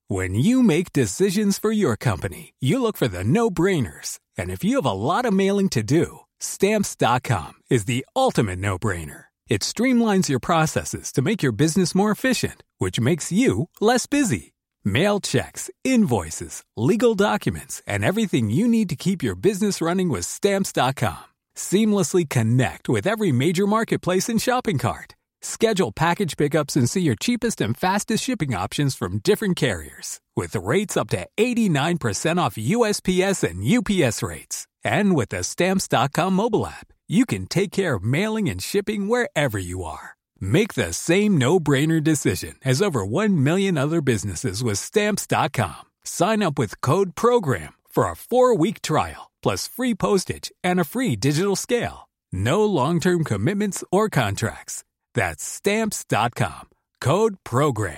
When you make decisions for your company, you look for the no-brainers. And if you have a lot of mailing to do, Stamps.com is the ultimate no-brainer. It streamlines your processes to make your business more efficient, which makes you less busy. Mail checks, invoices, legal documents, and everything you need to keep your business running with Stamps.com. Seamlessly connect with every major marketplace and shopping cart. Schedule package pickups and see your cheapest and fastest shipping options from different carriers, with rates up to 89% off USPS and UPS rates. And with the Stamps.com mobile app, you can take care of mailing and shipping wherever you are. Make the same no-brainer decision as over 1 million other businesses with Stamps.com. Sign up with code PROGRAM for a 4-week trial, plus free postage and a free digital scale. No long-term commitments or contracts. That's Stamps.com. Code PROGRAM.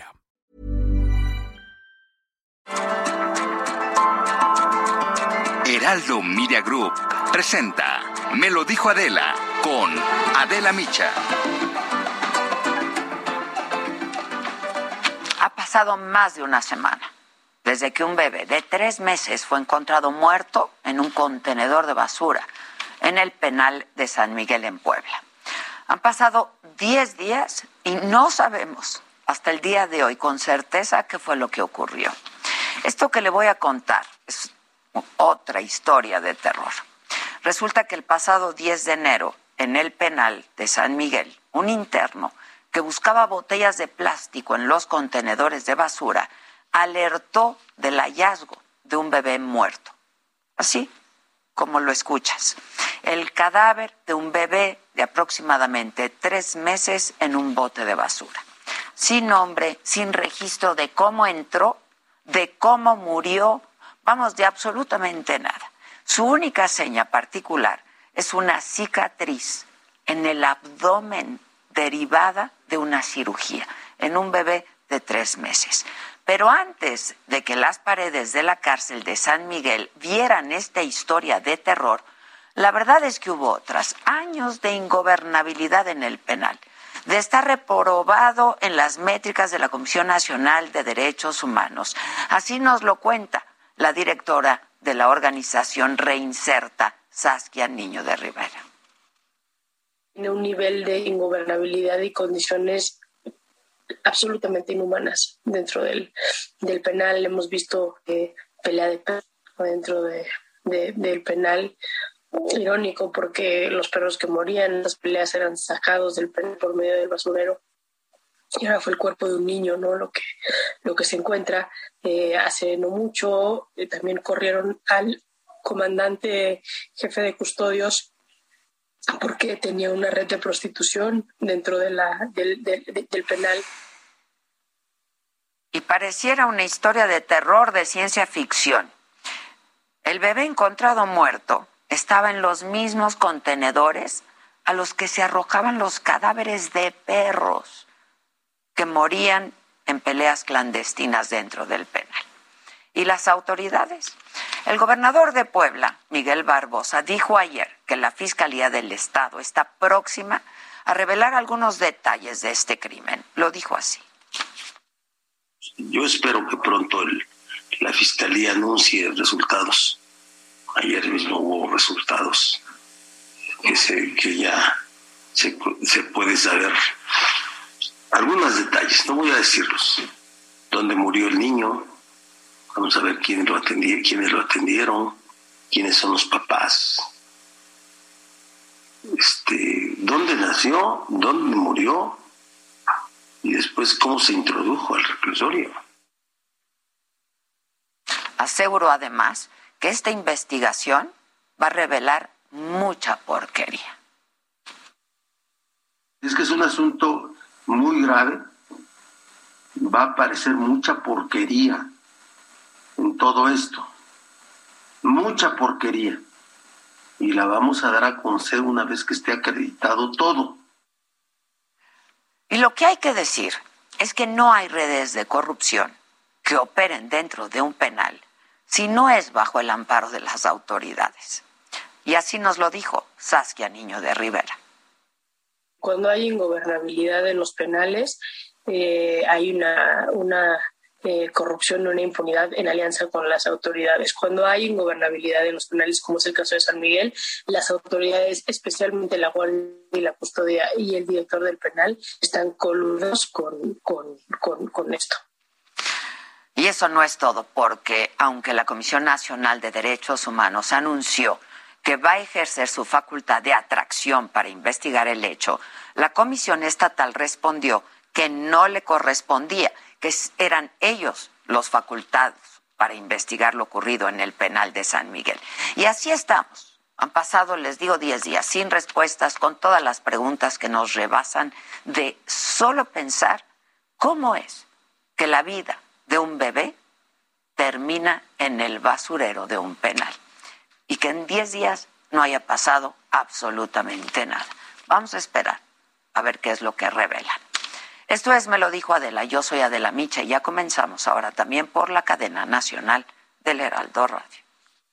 Heraldo Media Group presenta Me lo dijo Adela con Adela Micha. Ha pasado más de una semana desde que un bebé de 3 meses fue encontrado muerto en un contenedor de basura en el penal de San Miguel en Puebla. Han pasado 10 días y no sabemos hasta el día de hoy con certeza qué fue lo que ocurrió. Esto que le voy a contar es otra historia de terror. Resulta que el pasado 10 de enero, en el penal de San Miguel, un interno que buscaba botellas de plástico en los contenedores de basura alertó del hallazgo de un bebé muerto. Así como lo escuchas. El cadáver de un bebé de aproximadamente 3 meses en un bote de basura. Sin nombre, sin registro de cómo entró, de cómo murió, vamos, de absolutamente nada. Su única seña particular es una cicatriz en el abdomen derivada de una cirugía en un bebé de 3 meses. Pero antes de que las paredes de la cárcel de San Miguel vieran esta historia de terror, la verdad es que hubo otras, años de ingobernabilidad en el penal, de estar reprobado en las métricas de la Comisión Nacional de Derechos Humanos. Así nos lo cuenta la directora de la organización Reinserta, Saskia Niño de Rivera. Tiene un nivel de ingobernabilidad y condiciones absolutamente inhumanas dentro del penal. Hemos visto pelea de perros dentro del penal. Irónico, porque los perros que morían en las peleas eran sacados del penal por medio del basurero. Y ahora fue el cuerpo de un niño, ¿no? Lo que se encuentra. Hace no mucho también corrieron al comandante jefe de custodios porque tenía una red de prostitución dentro del penal. Y pareciera una historia de terror, de ciencia ficción. El bebé encontrado muerto estaba en los mismos contenedores a los que se arrojaban los cadáveres de perros que morían en peleas clandestinas dentro del penal. ¿Y las autoridades? El gobernador de Puebla, Miguel Barbosa, dijo ayer que la Fiscalía del Estado está próxima a revelar algunos detalles de este crimen. Lo dijo así. Yo espero que pronto la Fiscalía anuncie resultados. Ayer mismo hubo resultados que ya se puede saber algunos detalles, no voy a decirlos. ¿Dónde murió el niño? Vamos a ver quiénes lo atendieron, quiénes son los papás. ¿Dónde nació? ¿Dónde murió? Y después, ¿cómo se introdujo al reclusorio? Aseguró además que esta investigación va a revelar mucha porquería. Es que es un asunto muy grave. Va a aparecer mucha porquería en todo esto. Mucha porquería. Y la vamos a dar a conocer una vez que esté acreditado todo. Y lo que hay que decir es que no hay redes de corrupción que operen dentro de un penal si no es bajo el amparo de las autoridades. Y así nos lo dijo Saskia Niño de Rivera. Cuando hay ingobernabilidad en los penales, hay una corrupción, una impunidad en alianza con las autoridades. Cuando hay ingobernabilidad en los penales, como es el caso de San Miguel, las autoridades, especialmente la Guardia y la Custodia y el director del penal, están coludos con esto. Y eso no es todo, porque aunque la Comisión Nacional de Derechos Humanos anunció que va a ejercer su facultad de atracción para investigar el hecho, la Comisión Estatal respondió que no le correspondía, que eran ellos los facultados para investigar lo ocurrido en el penal de San Miguel. Y así estamos. Han pasado, les digo, 10 días sin respuestas, con todas las preguntas que nos rebasan de solo pensar cómo es que la vida de un bebé termina en el basurero de un penal y que en 10 días no haya pasado absolutamente nada. Vamos a esperar a ver qué es lo que revelan. Esto es Me lo dijo Adela, yo soy Adela Micha y ya comenzamos ahora también por la cadena nacional del Heraldo Radio.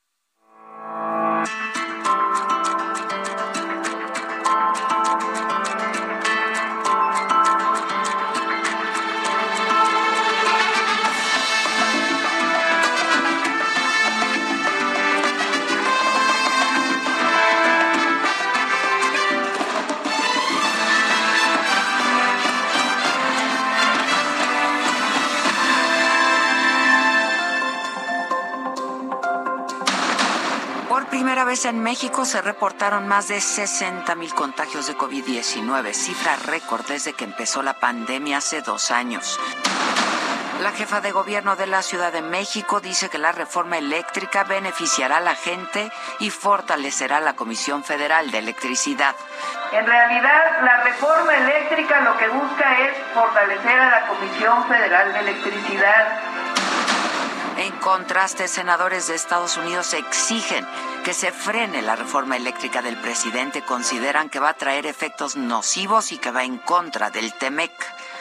Primera vez en México se reportaron más de 60,000 contagios de COVID-19, cifra récord desde que empezó la pandemia hace 2 años. La jefa de gobierno de la Ciudad de México dice que la reforma eléctrica beneficiará a la gente y fortalecerá la Comisión Federal de Electricidad. En realidad, la reforma eléctrica lo que busca es fortalecer a la Comisión Federal de Electricidad. En contraste, senadores de Estados Unidos exigen que se frene la reforma eléctrica del presidente. Consideran que va a traer efectos nocivos y que va en contra del TEMEC.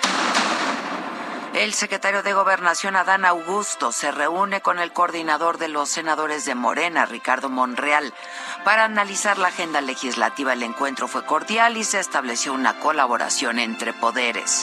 El secretario de Gobernación, Adán Augusto, se reúne con el coordinador de los senadores de Morena, Ricardo Monreal, para analizar la agenda legislativa. El encuentro fue cordial y se estableció una colaboración entre poderes.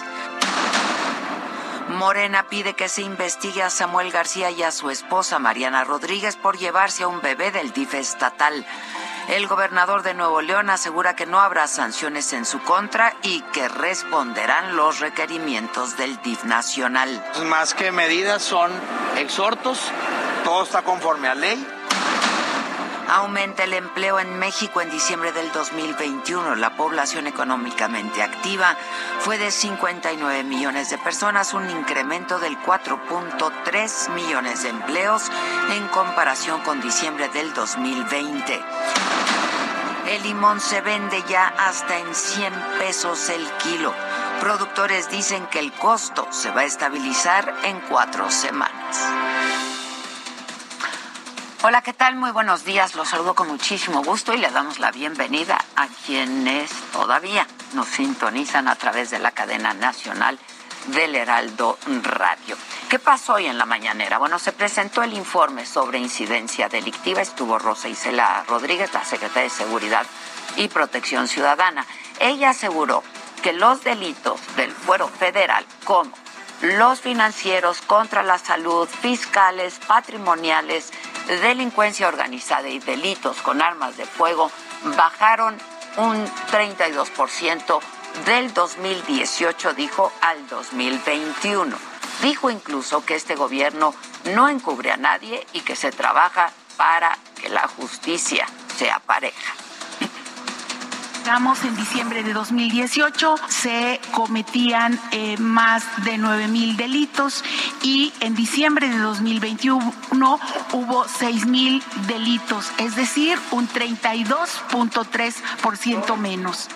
Morena pide que se investigue a Samuel García y a su esposa Mariana Rodríguez por llevarse a un bebé del DIF estatal. El gobernador de Nuevo León asegura que no habrá sanciones en su contra y que responderán los requerimientos del DIF nacional. Más que medidas son exhortos, todo está conforme a ley. Aumenta el empleo en México en diciembre del 2021. La población económicamente activa fue de 59 millones de personas, un incremento del 4.3 millones de empleos en comparación con diciembre del 2020. El limón se vende ya hasta en 100 pesos el kilo. Productores dicen que el costo se va a estabilizar en 4 semanas. Hola, ¿qué tal? Muy buenos días. Los saludo con muchísimo gusto y le damos la bienvenida a quienes todavía nos sintonizan a través de la cadena nacional del Heraldo Radio. ¿Qué pasó hoy en la mañanera? Bueno, se presentó el informe sobre incidencia delictiva. Estuvo Rosa Isela Rodríguez, la secretaria de Seguridad y Protección Ciudadana. Ella aseguró que los delitos del fuero federal, como los financieros, contra la salud, fiscales, patrimoniales, delincuencia organizada y delitos con armas de fuego, bajaron un 32% del 2018, dijo, al 2021. Dijo incluso que este gobierno no encubre a nadie y que se trabaja para que la justicia sea pareja. En diciembre de 2018 se cometían más de 9,000 delitos y en diciembre de 2021 hubo 6,000 delitos, es decir, un 32.3% menos.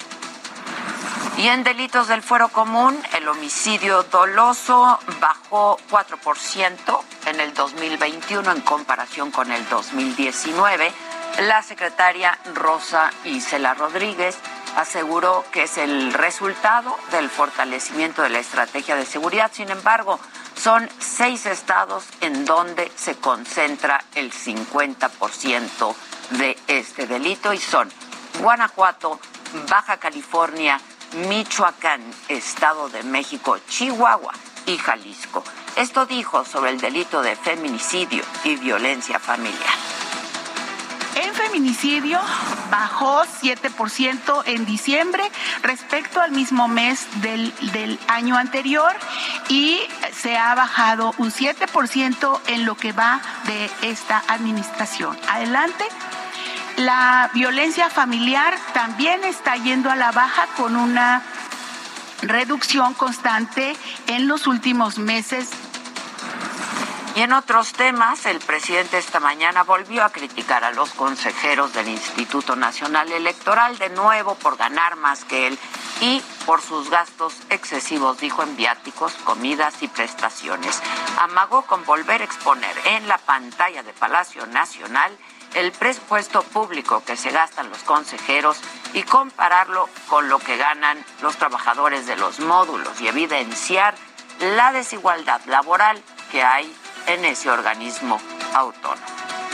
Y en delitos del fuero común, el homicidio doloso bajó 4% en el 2021 en comparación con el 2019. La secretaria Rosa Isela Rodríguez aseguró que es el resultado del fortalecimiento de la estrategia de seguridad. Sin embargo, son 6 estados en donde se concentra el 50% de este delito y son Guanajuato, Baja California, Michoacán, Estado de México, Chihuahua y Jalisco. Esto dijo sobre el delito de feminicidio y violencia familiar. En feminicidio bajó 7% en diciembre respecto al mismo mes del año anterior y se ha bajado un 7% en lo que va de esta administración. Adelante. La violencia familiar también está yendo a la baja con una reducción constante en los últimos meses. Y en otros temas, el presidente esta mañana volvió a criticar a los consejeros del Instituto Nacional Electoral, de nuevo por ganar más que él y por sus gastos excesivos, dijo, en viáticos, comidas y prestaciones. Amagó con volver a exponer en la pantalla de Palacio Nacional el presupuesto público que se gastan los consejeros y compararlo con lo que ganan los trabajadores de los módulos y evidenciar la desigualdad laboral que hay en ese organismo autónomo.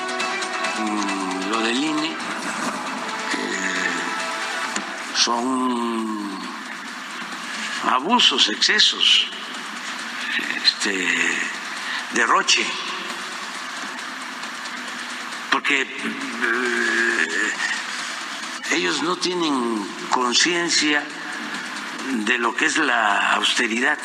Lo del INE son abusos, excesos, derroche, porque ellos no tienen conciencia de lo que es la austeridad.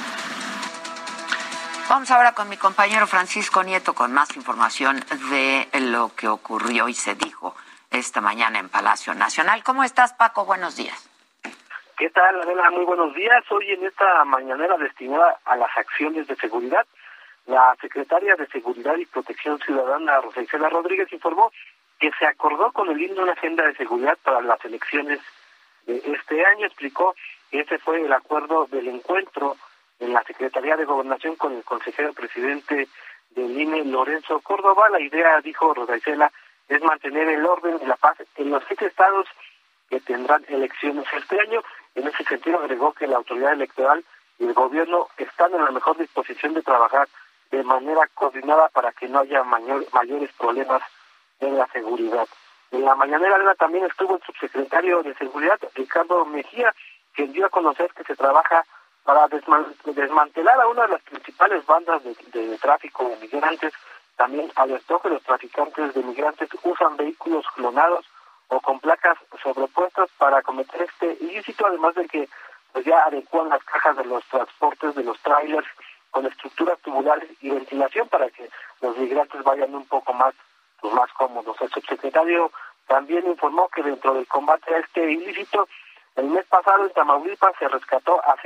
Vamos ahora con mi compañero Francisco Nieto con más información de lo que ocurrió y se dijo esta mañana en Palacio Nacional. ¿Cómo estás, Paco? Buenos días. ¿Qué tal, Adela? Muy buenos días. Hoy en esta mañanera destinada a las acciones de seguridad, la secretaria de Seguridad y Protección Ciudadana, Rosa Isela Rodríguez, informó que se acordó con el INE una agenda de seguridad para las elecciones de este año. Explicó que ese fue el acuerdo del encuentro en la Secretaría de Gobernación con el consejero presidente del INE, Lorenzo Córdoba. La idea, dijo Rosa Isela, es mantener el orden y la paz en los 7 estados que tendrán elecciones este año. En ese sentido, agregó que la autoridad electoral y el gobierno están en la mejor disposición de trabajar de manera coordinada para que no haya mayores problemas en la seguridad. En la mañanera también estuvo el subsecretario de Seguridad, Ricardo Mejía, quien dio a conocer que se trabaja para desmantelar a una de las principales bandas de tráfico de migrantes. También alertó que los traficantes de migrantes usan vehículos clonados o con placas sobrepuestas para cometer este ilícito, además de que pues ya adecuan las cajas de los transportes de los trailers con estructuras tubulares y ventilación para que los migrantes vayan un poco más cómodos. El subsecretario también informó que dentro del combate a este ilícito, el mes pasado en Tamaulipas se rescató a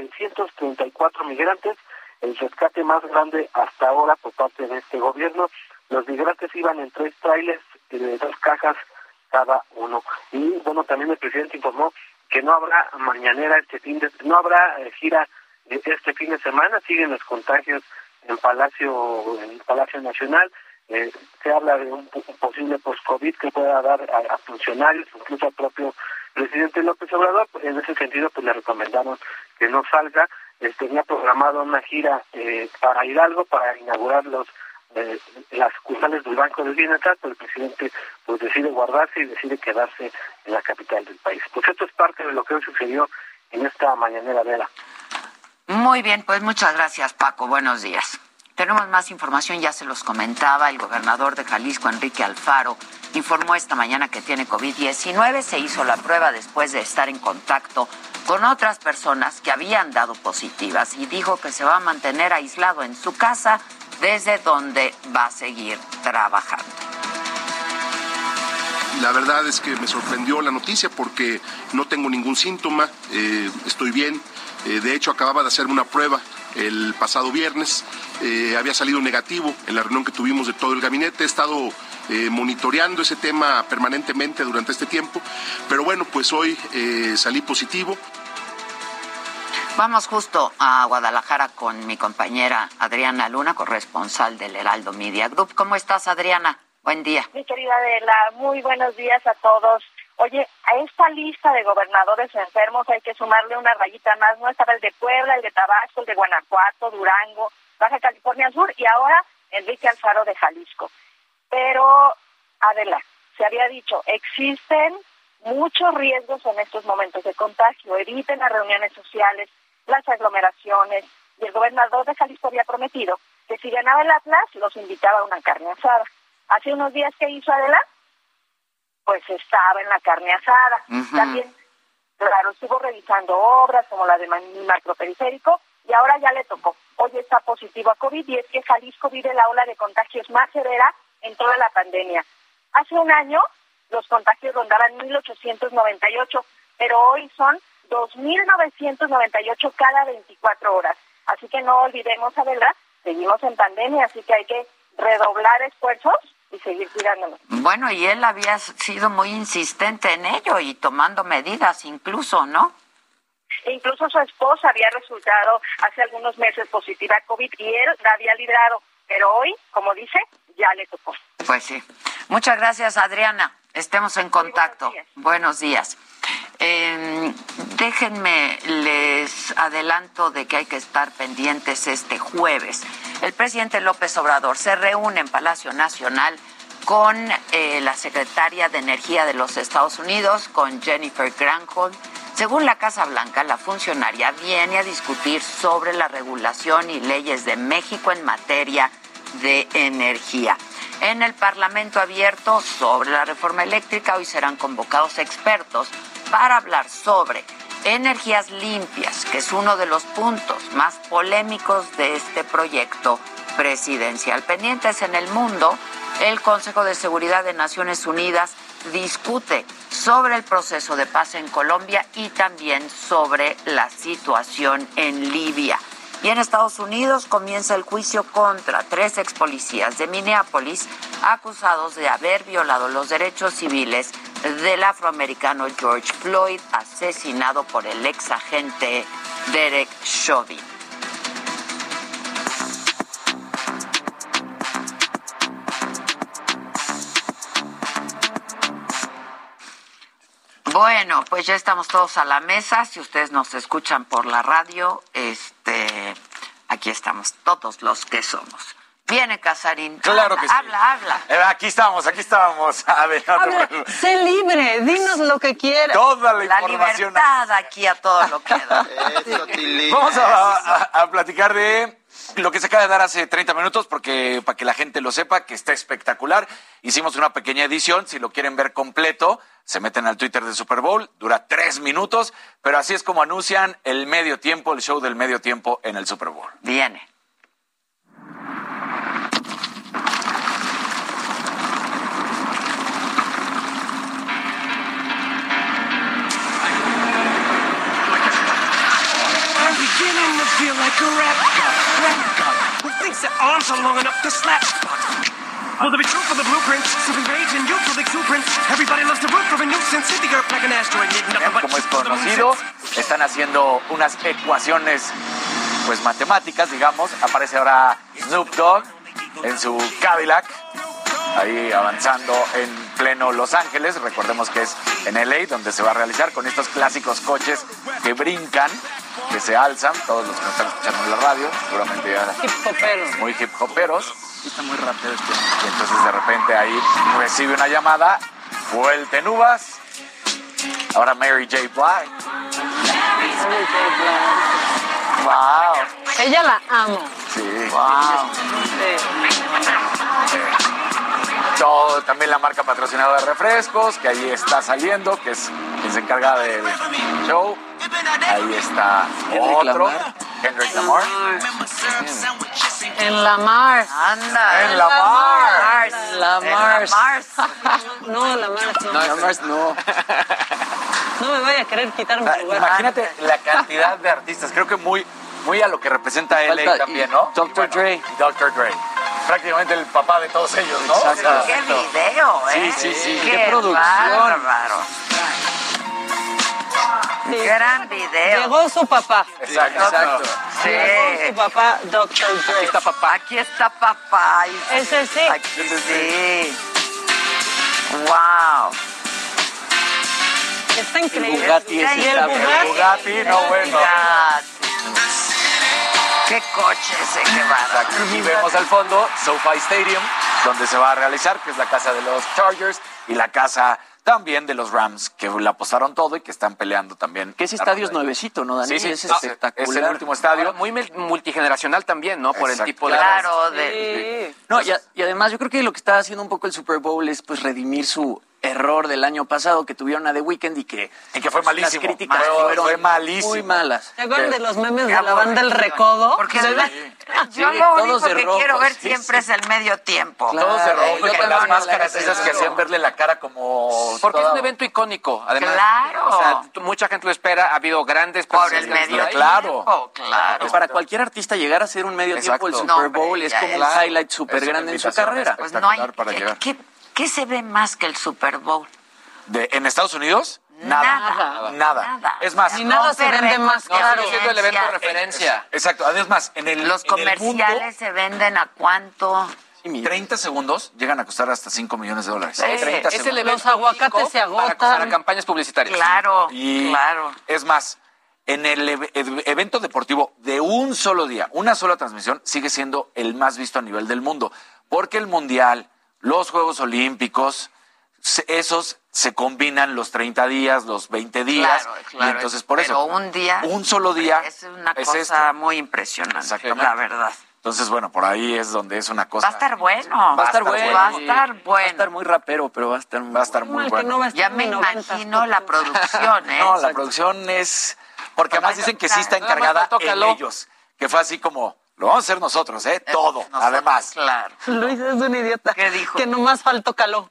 634 migrantes, el rescate más grande hasta ahora por parte de este gobierno. Los migrantes iban en 3 trailers de 2 cajas cada uno. Y bueno, también el presidente informó que no habrá mañanera no habrá gira este fin de semana. Siguen los contagios en Palacio Nacional. Se habla de un posible post-COVID que pueda dar a funcionarios, incluso al propio presidente López Obrador. En ese sentido, pues le recomendaron que no salga. Tenía programado una gira para Hidalgo para inaugurar las sucursales del Banco del Bienestar, pero el presidente pues decide guardarse y decide quedarse en la capital del país. Pues esto es parte de lo que hoy sucedió en esta mañanera, Vera. Muy bien, pues muchas gracias, Paco. Buenos días. Tenemos más información, ya se los comentaba. El gobernador de Jalisco, Enrique Alfaro, informó esta mañana que tiene COVID-19. Se hizo la prueba después de estar en contacto con otras personas que habían dado positivas y dijo que se va a mantener aislado en su casa, desde donde va a seguir trabajando. La verdad es que me sorprendió la noticia porque no tengo ningún síntoma, estoy bien. De hecho, acababa de hacerme una prueba el pasado viernes, había salido negativo en la reunión que tuvimos de todo el gabinete. He estado monitoreando ese tema permanentemente durante este tiempo, pero bueno, pues hoy salí positivo. Vamos justo a Guadalajara con mi compañera Adriana Luna, corresponsal del Heraldo Media Group. ¿Cómo estás, Adriana? Buen día. Mi querida Adela, muy buenos días a todos. Oye, a esta lista de gobernadores enfermos hay que sumarle una rayita más, ¿no? Estaba el de Puebla, el de Tabasco, el de Guanajuato, Durango, Baja California Sur y ahora Enrique Alfaro de Jalisco. Pero, Adela, se había dicho, existen muchos riesgos en estos momentos de contagio. Eviten las reuniones sociales, las aglomeraciones, y el gobernador de Jalisco había prometido que si ganaba el Atlas, los invitaba a una carne asada. Hace unos días, ¿qué hizo Adela? Pues estaba en la carne asada. También, claro, estuvo revisando obras como la de macroperiférico y ahora ya le tocó. Hoy está positivo a COVID y es que Jalisco vive la ola de contagios más severa en toda la pandemia. Hace un año los contagios rondaban 1,898, pero hoy son 2,998 cada 24 horas. Así que no olvidemos, Adela, seguimos en pandemia, así que hay que redoblar esfuerzos y seguir cuidándonos. Bueno, y él había sido muy insistente en ello y tomando medidas incluso, ¿no? E incluso su esposa había resultado hace algunos meses positiva a COVID y él la había librado, pero hoy, como dice, ya le tocó. Pues sí. Muchas gracias, Adriana. Estemos en contacto. Buenos días. Déjenme, les adelanto de que hay que estar pendientes este jueves. El presidente López Obrador se reúne en Palacio Nacional con la secretaria de Energía de los Estados Unidos, con Jennifer Granholm. Según la Casa Blanca, la funcionaria viene a discutir sobre la regulación y leyes de México en materia de energía. En el Parlamento abierto sobre la reforma eléctrica, hoy serán convocados expertos para hablar sobre energías limpias, que es uno de los puntos más polémicos de este proyecto presidencial. Pendientes en el mundo, el Consejo de Seguridad de Naciones Unidas discute sobre el proceso de paz en Colombia y también sobre la situación en Libia. Y en Estados Unidos comienza el juicio contra 3 expolicías de Minneapolis acusados de haber violado los derechos civiles del afroamericano George Floyd, asesinado por el exagente Derek Chauvin. Bueno, pues ya estamos todos a la mesa. Si ustedes nos escuchan por la radio, aquí estamos todos los que somos. Viene Casarín. Claro que sí. Habla. Aquí estamos. A ver, sé libre, dinos lo que quieras. Toda la La información. libertad aquí a todo lo que da. Vamos a platicar de lo que se acaba de dar hace 30 minutos, porque para que la gente lo sepa, que está espectacular. Hicimos una pequeña edición, si lo quieren ver completo, se meten al Twitter de Super Bowl, dura 3 minutos, pero así es como anuncian el medio tiempo, el show del medio tiempo en el Super Bowl. Viene. Beginning to feel like a rap god who thinks their arms are long enough to slap. Will there be truth for the blueprint? Something rage and you for the exuberance. Everybody loves to root for a nuisance. Hit the earth like an asteroid. Como es conocido, están haciendo unas ecuaciones pues matemáticas, digamos. Aparece ahora Snoop Dogg en su Cadillac, ahí avanzando en pleno Los Ángeles. Recordemos que es en LA donde se va a realizar con estos clásicos coches que brincan, que se alzan. Todos los que nos están escuchando en la radio seguramente ya muy hip hoperos. Está muy rápido este. Y entonces de repente ahí recibe una llamada, vuelta en uvas. Ahora Mary J. Blige. Wow. Ella la amo. Sí. Wow. Todo, también la marca patrocinadora de refrescos, que ahí está saliendo, que es quien se encarga del show. Ahí está otro, Kendrick Lamar. En la Mars. Anda. En la Mars. La Mars. No, la Mars no. No, la Mars no. No me vaya a querer quitar mi lugar. Imagínate la cantidad de artistas, creo que muy a lo que representa LA también, ¿no? Dr. Dre. Y Dr. Dre. Prácticamente el papá de todos ellos, ¿no? Exacto. O sea, qué video, ¿eh? Sí. Qué producción. Bárbaro. Sí. Gran video. Llegó su papá. Exacto. Sí. Llegó su papá, Dr. Dre. Aquí está papá. Aquí está papá. Ese sí. Aquí sí. Wow. Está increíble. Bugatti Y ese el está Bugatti. Bugatti, no bueno. Qué coche ese, qué bárbaro. Y vemos al fondo SoFi Stadium, donde se va a realizar, que es la casa de los Chargers y la casa también de los Rams, que le apostaron todo y que están peleando también. Que ese estadio es nuevecito, ¿no, Dani? Sí, es espectacular. Es el último estadio. Ahora, muy multigeneracional también, ¿no? Por el tipo de... Claro, No, y además yo creo que lo que está haciendo un poco el Super Bowl es pues redimir su error del año pasado que tuvieron a The Weeknd y que fue malísimo. Las críticas fue malísimo. Muy malas. ¿Se acuerdan de los memes de la banda El Recodo? Porque yo lo único que quiero ver siempre es el medio tiempo. Claro, todos de rojo, con las máscaras esas que hacían verle la cara como... Porque es un evento icónico, además. Claro. O sea, mucha gente lo espera, ha habido grandes... Por el medio tiempo, claro. Para cualquier artista llegar a ser un medio tiempo el Super Bowl es como un highlight súper grande en su carrera. Pues no hay... ¿Qué se ve más que el Super Bowl? ¿En Estados Unidos? Nada. Es más, ni nada se vende más caro. Sigue siendo el evento de referencia. Exacto. Además, los comerciales se venden ¿a cuánto? 30 segundos llegan a costar hasta $5 millones. 30 segundos. Los aguacates se agotan. Para campañas publicitarias. Claro, claro. Es más, en el evento deportivo de un solo día, una sola transmisión, sigue siendo el más visto a nivel del mundo. Porque el Mundial, los Juegos Olímpicos, esos se combinan los 30 días, los 20 días. Claro. Y entonces por eso. Pero un día. Un solo día. Es una cosa muy impresionante. Exactamente. La verdad. Entonces, bueno, por ahí es donde es una cosa. Va a estar bueno. Va a estar bueno. Va a estar muy rapero, pero va a estar muy bueno. Ya me imagino la producción, ¿eh? No, la producción es... Porque además dicen que sí está encargada en ellos. Que fue así como... Lo vamos a hacer nosotros, ¿eh? Todo, nosotros, además. Claro. Luis es un idiota. ¿Qué dijo? Que nomás faltó caló.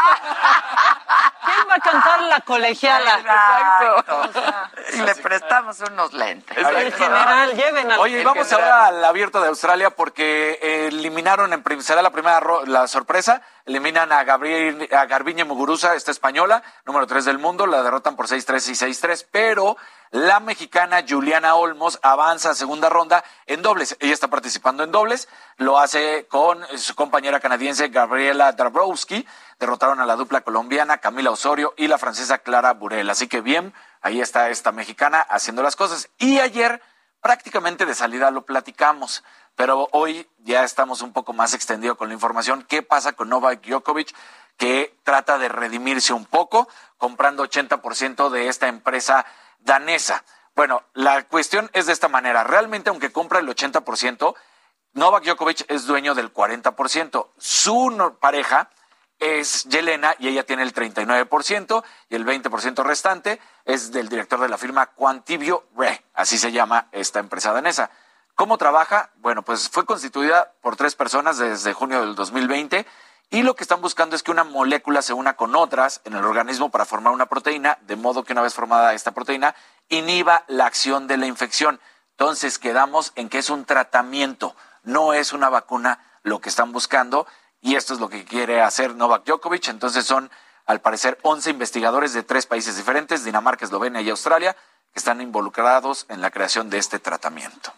¿Quién va a cantar la colegiala? Exacto. Y le prestamos unos lentes. En general, lleven al... Oye, vamos ahora al Abierto de Australia porque eliminaron, será la primera la sorpresa, eliminan a Garbiñe Muguruza, esta española, número 3 del mundo, la derrotan por 6-3 y 6-3, pero la mexicana Juliana Olmos avanza a segunda ronda en dobles. Ella está participando en dobles, lo hace con su compañera canadiense Gabriela Dabrowski, derrotaron a la dupla colombiana Camila Osorio y la francesa Clara Burel. Así que bien, ahí está esta mexicana haciendo las cosas. Y ayer prácticamente de salida lo platicamos, pero hoy ya estamos un poco más extendidos con la información. ¿Qué pasa con Novak Djokovic? Que trata de redimirse un poco, comprando 80% de esta empresa danesa. Bueno, la cuestión es de esta manera. Realmente, aunque compra el 80%, Novak Djokovic es dueño del 40%. Su pareja es Yelena y ella tiene el 39% y el 20% restante es del director de la firma Quantibio Re, así se llama esta empresa danesa. ¿Cómo trabaja? Bueno, pues fue constituida por 3 personas desde junio del 2020 y lo que están buscando es que una molécula se una con otras en el organismo para formar una proteína, de modo que una vez formada esta proteína inhiba la acción de la infección. Entonces quedamos en que es un tratamiento, no es una vacuna lo que están buscando. Y esto es lo que quiere hacer Novak Djokovic. Entonces son, al parecer, 11 investigadores de 3 países diferentes, Dinamarca, Eslovenia y Australia, que están involucrados en la creación de este tratamiento.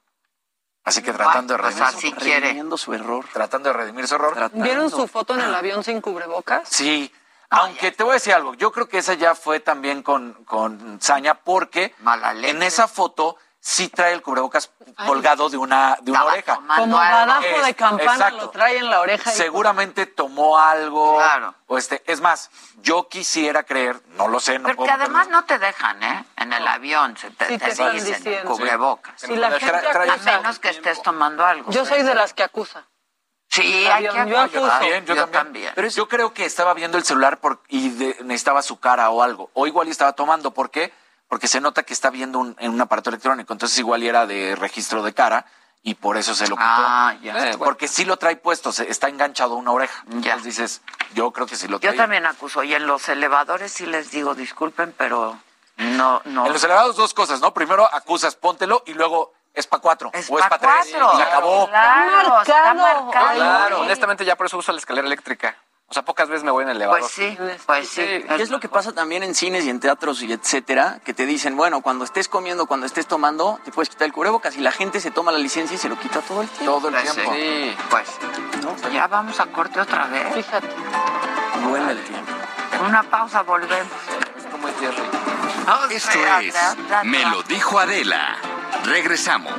Así que tratando de redimir su error. Tratando de redimir su error. ¿Vieron su foto en el avión sin cubrebocas? Sí. Aunque te voy a decir algo, yo creo que esa ya fue también con saña, porque en esa foto sí trae el cubrebocas colgado de una oreja. Como badajo de campana, exacto. Lo trae en la oreja. Seguramente tomó algo. Claro. O es más, yo quisiera creer, no lo sé. No porque puedo además no te dejan, ¿eh? En el avión te dicen cubrebocas. Si la gente a menos que estés tomando algo. Yo soy de las que acusa. Sí, hay que yo acuso. Yo también. Pero yo creo que estaba viendo el celular y necesitaba su cara o algo. O igual estaba tomando. ¿Por qué? Porque se nota que está viendo en un aparato electrónico. Entonces igual era de registro de cara y por eso se lo quitó. Porque sí lo trae puesto, está enganchado a una oreja. Entonces dices, yo creo que sí lo trae. Yo también acuso. Y en los elevadores sí les digo, disculpen, pero no. En los elevadores 2 cosas, ¿no? Primero acusas, póntelo y luego es para 4 o es para 3. Se acabó. Claro, está marcado. Claro, honestamente ya por eso uso la escalera eléctrica. O sea, pocas veces me voy en el elevador. Pues sí. ¿Qué es lo que pasa también en cines y en teatros y etcétera? Que te dicen, bueno, cuando estés comiendo, cuando estés tomando, te puedes quitar el cubrebocas y la gente se toma la licencia y se lo quita todo el tiempo. Todo el tiempo. Sí. Pues, ¿no? Ya vamos a corte otra vez. Fíjate. Vuelve el tiempo. Una pausa, volvemos. Es como es Jerry. Esto es Me lo dijo Adela. Regresamos.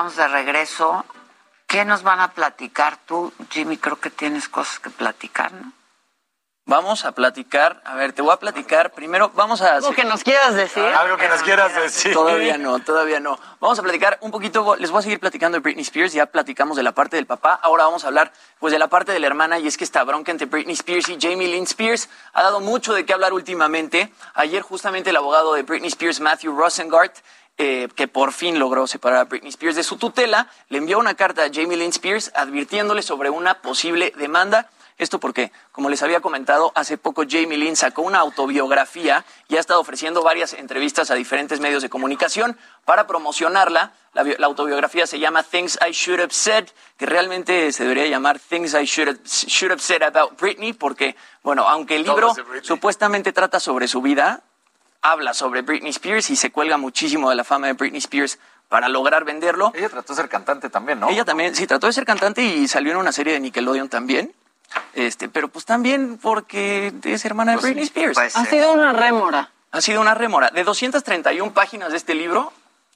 estamos de regreso. ¿Qué nos van a platicar tú, Jimmy? Creo que tienes cosas que platicar, ¿no? Vamos a platicar, a ver, te voy a platicar, primero vamos a... ¿Algo que nos quieras decir? Algo que nos quieras decir. Todavía no. Vamos a platicar un poquito, les voy a seguir platicando de Britney Spears, ya platicamos de la parte del papá, ahora vamos a hablar pues de la parte de la hermana, y es que esta bronca entre Britney Spears y Jamie Lynn Spears ha dado mucho de qué hablar últimamente. Ayer justamente el abogado de Britney Spears, Matthew Rosengart, que por fin logró separar a Britney Spears de su tutela, le envió una carta a Jamie Lynn Spears advirtiéndole sobre una posible demanda. Esto porque, como les había comentado, hace poco Jamie Lynn sacó una autobiografía y ha estado ofreciendo varias entrevistas a diferentes medios de comunicación para promocionarla. La autobiografía se llama Things I Should Have Said, que realmente se debería llamar Things I Should Have Said About Britney, porque, bueno, aunque el libro supuestamente trata sobre su vida, habla sobre Britney Spears y se cuelga muchísimo de la fama de Britney Spears para lograr venderlo. Ella trató de ser cantante también, ¿no? Ella también, sí, trató de ser cantante y salió en una serie de Nickelodeon también. Pero pues también porque es hermana de Britney Spears. Pues, ha sido una rémora. Ha sido una rémora. De 231 páginas de este libro,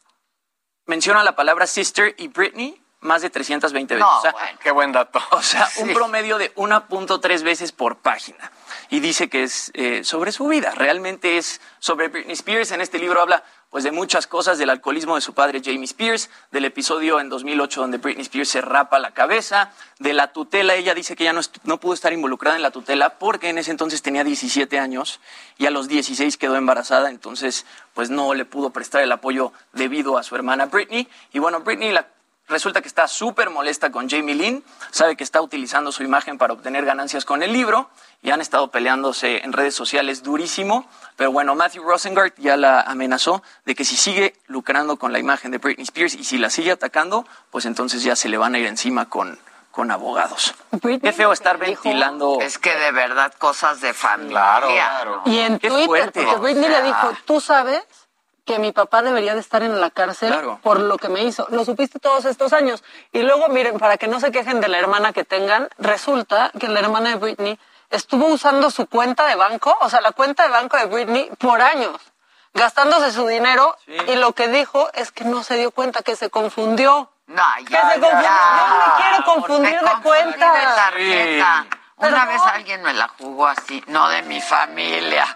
menciona la palabra sister y Britney más de 320 veces. No, o sea, bueno. Qué buen dato. O sea, un promedio de 1.3 veces por página. Y dice que es sobre su vida. Realmente es sobre Britney Spears. En este libro habla pues de muchas cosas, del alcoholismo de su padre Jamie Spears, del episodio en 2008 donde Britney Spears se rapa la cabeza, de la tutela. Ella dice que ya no pudo estar involucrada en la tutela porque en ese entonces tenía 17 años y a los 16 quedó embarazada, entonces pues no le pudo prestar el apoyo debido a su hermana Britney. Y bueno, Britney resulta que está súper molesta con Jamie Lynn, sabe que está utilizando su imagen para obtener ganancias con el libro y han estado peleándose en redes sociales durísimo, pero bueno, Matthew Rosengart ya la amenazó de que si sigue lucrando con la imagen de Britney Spears y si la sigue atacando, pues entonces ya se le van a ir encima con abogados. Qué feo estar ventilando. Es que de verdad cosas de familia. Claro. Y en Twitter, porque Britney le dijo, tú sabes que mi papá debería de estar en la cárcel por lo que me hizo. Lo supiste todos estos años. Y luego, miren, para que no se quejen de la hermana que tengan, resulta que la hermana de Britney estuvo usando su cuenta de banco, o sea, la cuenta de banco de Britney por años, gastándose su dinero, y lo que dijo es que no se dio cuenta, que se confundió. No, ya. Yo me quiero confundir de cuenta. De tarjeta. Una vez alguien me la jugó así, no de mi familia.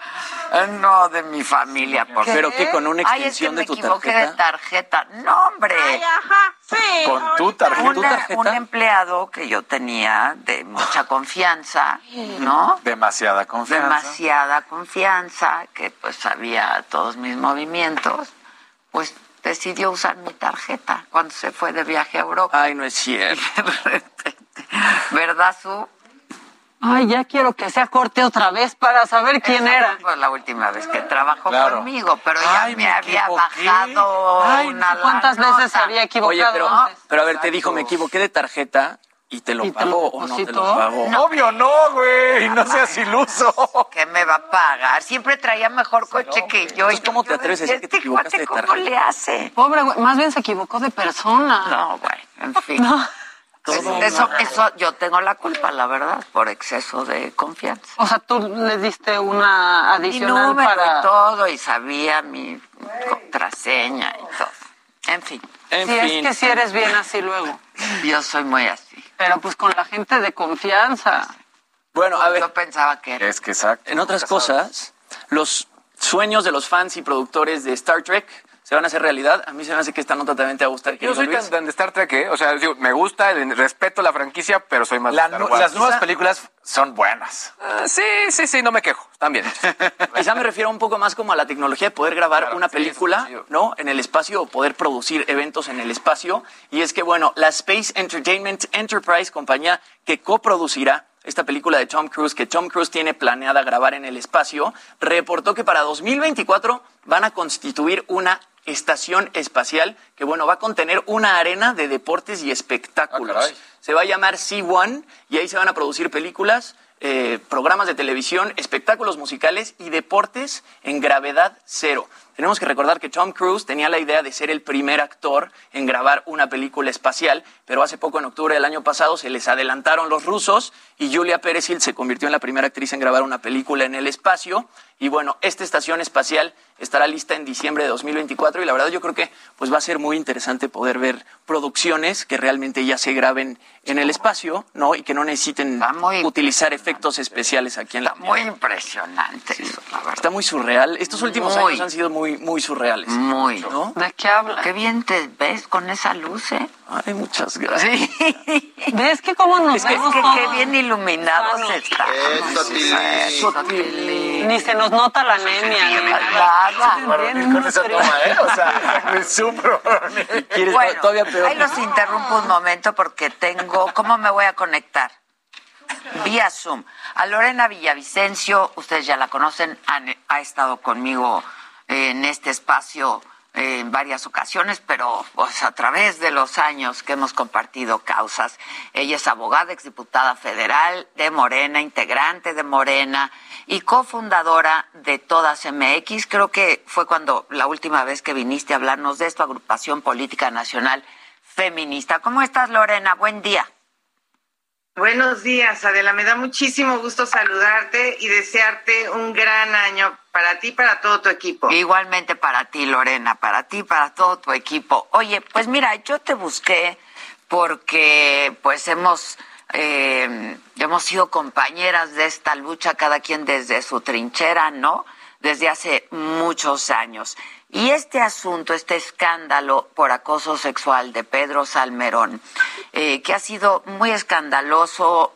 No de mi familia, por Pero que con una extensión de tu tarjeta. Me equivoqué de tarjeta. No, hombre. Ay, ajá, sí. Con tu tarjeta. Un empleado que yo tenía de mucha confianza, ¿no? Demasiada confianza, que pues sabía todos mis movimientos, pues decidió usar mi tarjeta cuando se fue de viaje a Europa. Ay, no es cierto. ¿Verdad, Su? Ay, ya quiero que sea corte otra vez para saber quién era. Fue la última vez que trabajó conmigo, pero ya me había bajado una ¿Cuántas veces se había equivocado? Oye, pero a ver, te dijo, me equivoqué de tarjeta y te lo pagó o no te lo pagó. No, obvio no, güey, no seas iluso. ¿Qué me va a pagar? Siempre traía mejor coche que yo. Entonces, ¿cómo te atreves a decir que te equivocaste de tarjeta? ¿Cómo le hace? Pobre güey, más bien se equivocó de persona. No, güey, en fin. Eso yo tengo la culpa, la verdad, por exceso de confianza. O sea, tú le diste una adicional para todo y sabía mi contraseña y todo. En fin. Es que si eres bien así luego. Yo soy muy así. Pero pues con la gente de confianza. Bueno, a ver. Yo pensaba que era. Es que exacto. En otras cosas, los sueños de los fans y productores de Star Trek se van a hacer realidad. A mí se me hace que esta nota también te va a gustar. Yo soy tan de Star Trek, ¿eh? O sea, digo, me gusta, respeto la franquicia, pero soy más de Star Wars. Las nuevas películas son buenas. Sí, no me quejo. Están bien. Quizá me refiero un poco más como a la tecnología de poder grabar una película, ¿no? En el espacio o poder producir eventos en el espacio. Y es que, bueno, la Space Entertainment Enterprise, compañía que coproducirá esta película de Tom Cruise, que Tom Cruise tiene planeada grabar en el espacio, reportó que para 2024 van a constituir una estación espacial que, bueno, va a contener una arena de deportes y espectáculos. Se va a llamar C1 y ahí se van a producir películas, programas de televisión, espectáculos musicales y deportes en gravedad cero. Tenemos que recordar que Tom Cruise tenía la idea de ser el primer actor en grabar una película espacial, pero hace poco, en octubre del año pasado, se les adelantaron los rusos y Julia Peresild se convirtió en la primera actriz en grabar una película en el espacio. Y bueno, esta estación espacial estará lista en diciembre de 2024 y la verdad yo creo que pues va a ser muy interesante poder ver producciones que realmente ya se graben en el espacio, ¿no? Y que no necesiten utilizar efectos especiales aquí en la Tierra. Muy impresionante eso, la verdad. Está muy surreal. Estos últimos años han sido muy surreales. Muy. ¿No? ¿De qué hablas? Qué bien te ves con esa luz, ¿eh? Ay, muchas gracias. Sí. ¿Ves que cómo nos vemos todos? Qué bien iluminados estamos. Eso, Tilly. Ni se nos nota la anemia. Nada. Con esa toma, ¿eh? O sea, me supro. Bueno, todavía peor. ahí los interrumpo un momento porque tengo... ¿Cómo me voy a conectar? Vía Zoom. A Lorena Villavicencio, ustedes ya la conocen, ha estado conmigo en este espacio en varias ocasiones, pero pues, a través de los años que hemos compartido causas. Ella es abogada, exdiputada federal de Morena, integrante de Morena y cofundadora de Todas MX. Creo que fue cuando la última vez que viniste a hablarnos de esto, Agrupación Política Nacional Feminista. ¿Cómo estás, Lorena? Buen día. Buenos días, Adela. Me da muchísimo gusto saludarte y desearte un gran año para ti y para todo tu equipo. Igualmente para ti, Lorena, para ti y para todo tu equipo. Oye, pues mira, yo te busqué porque pues hemos sido compañeras de esta lucha, cada quien desde su trinchera, ¿no? Desde hace muchos años. Y este asunto, este escándalo por acoso sexual de Pedro Salmerón, que ha sido muy escandaloso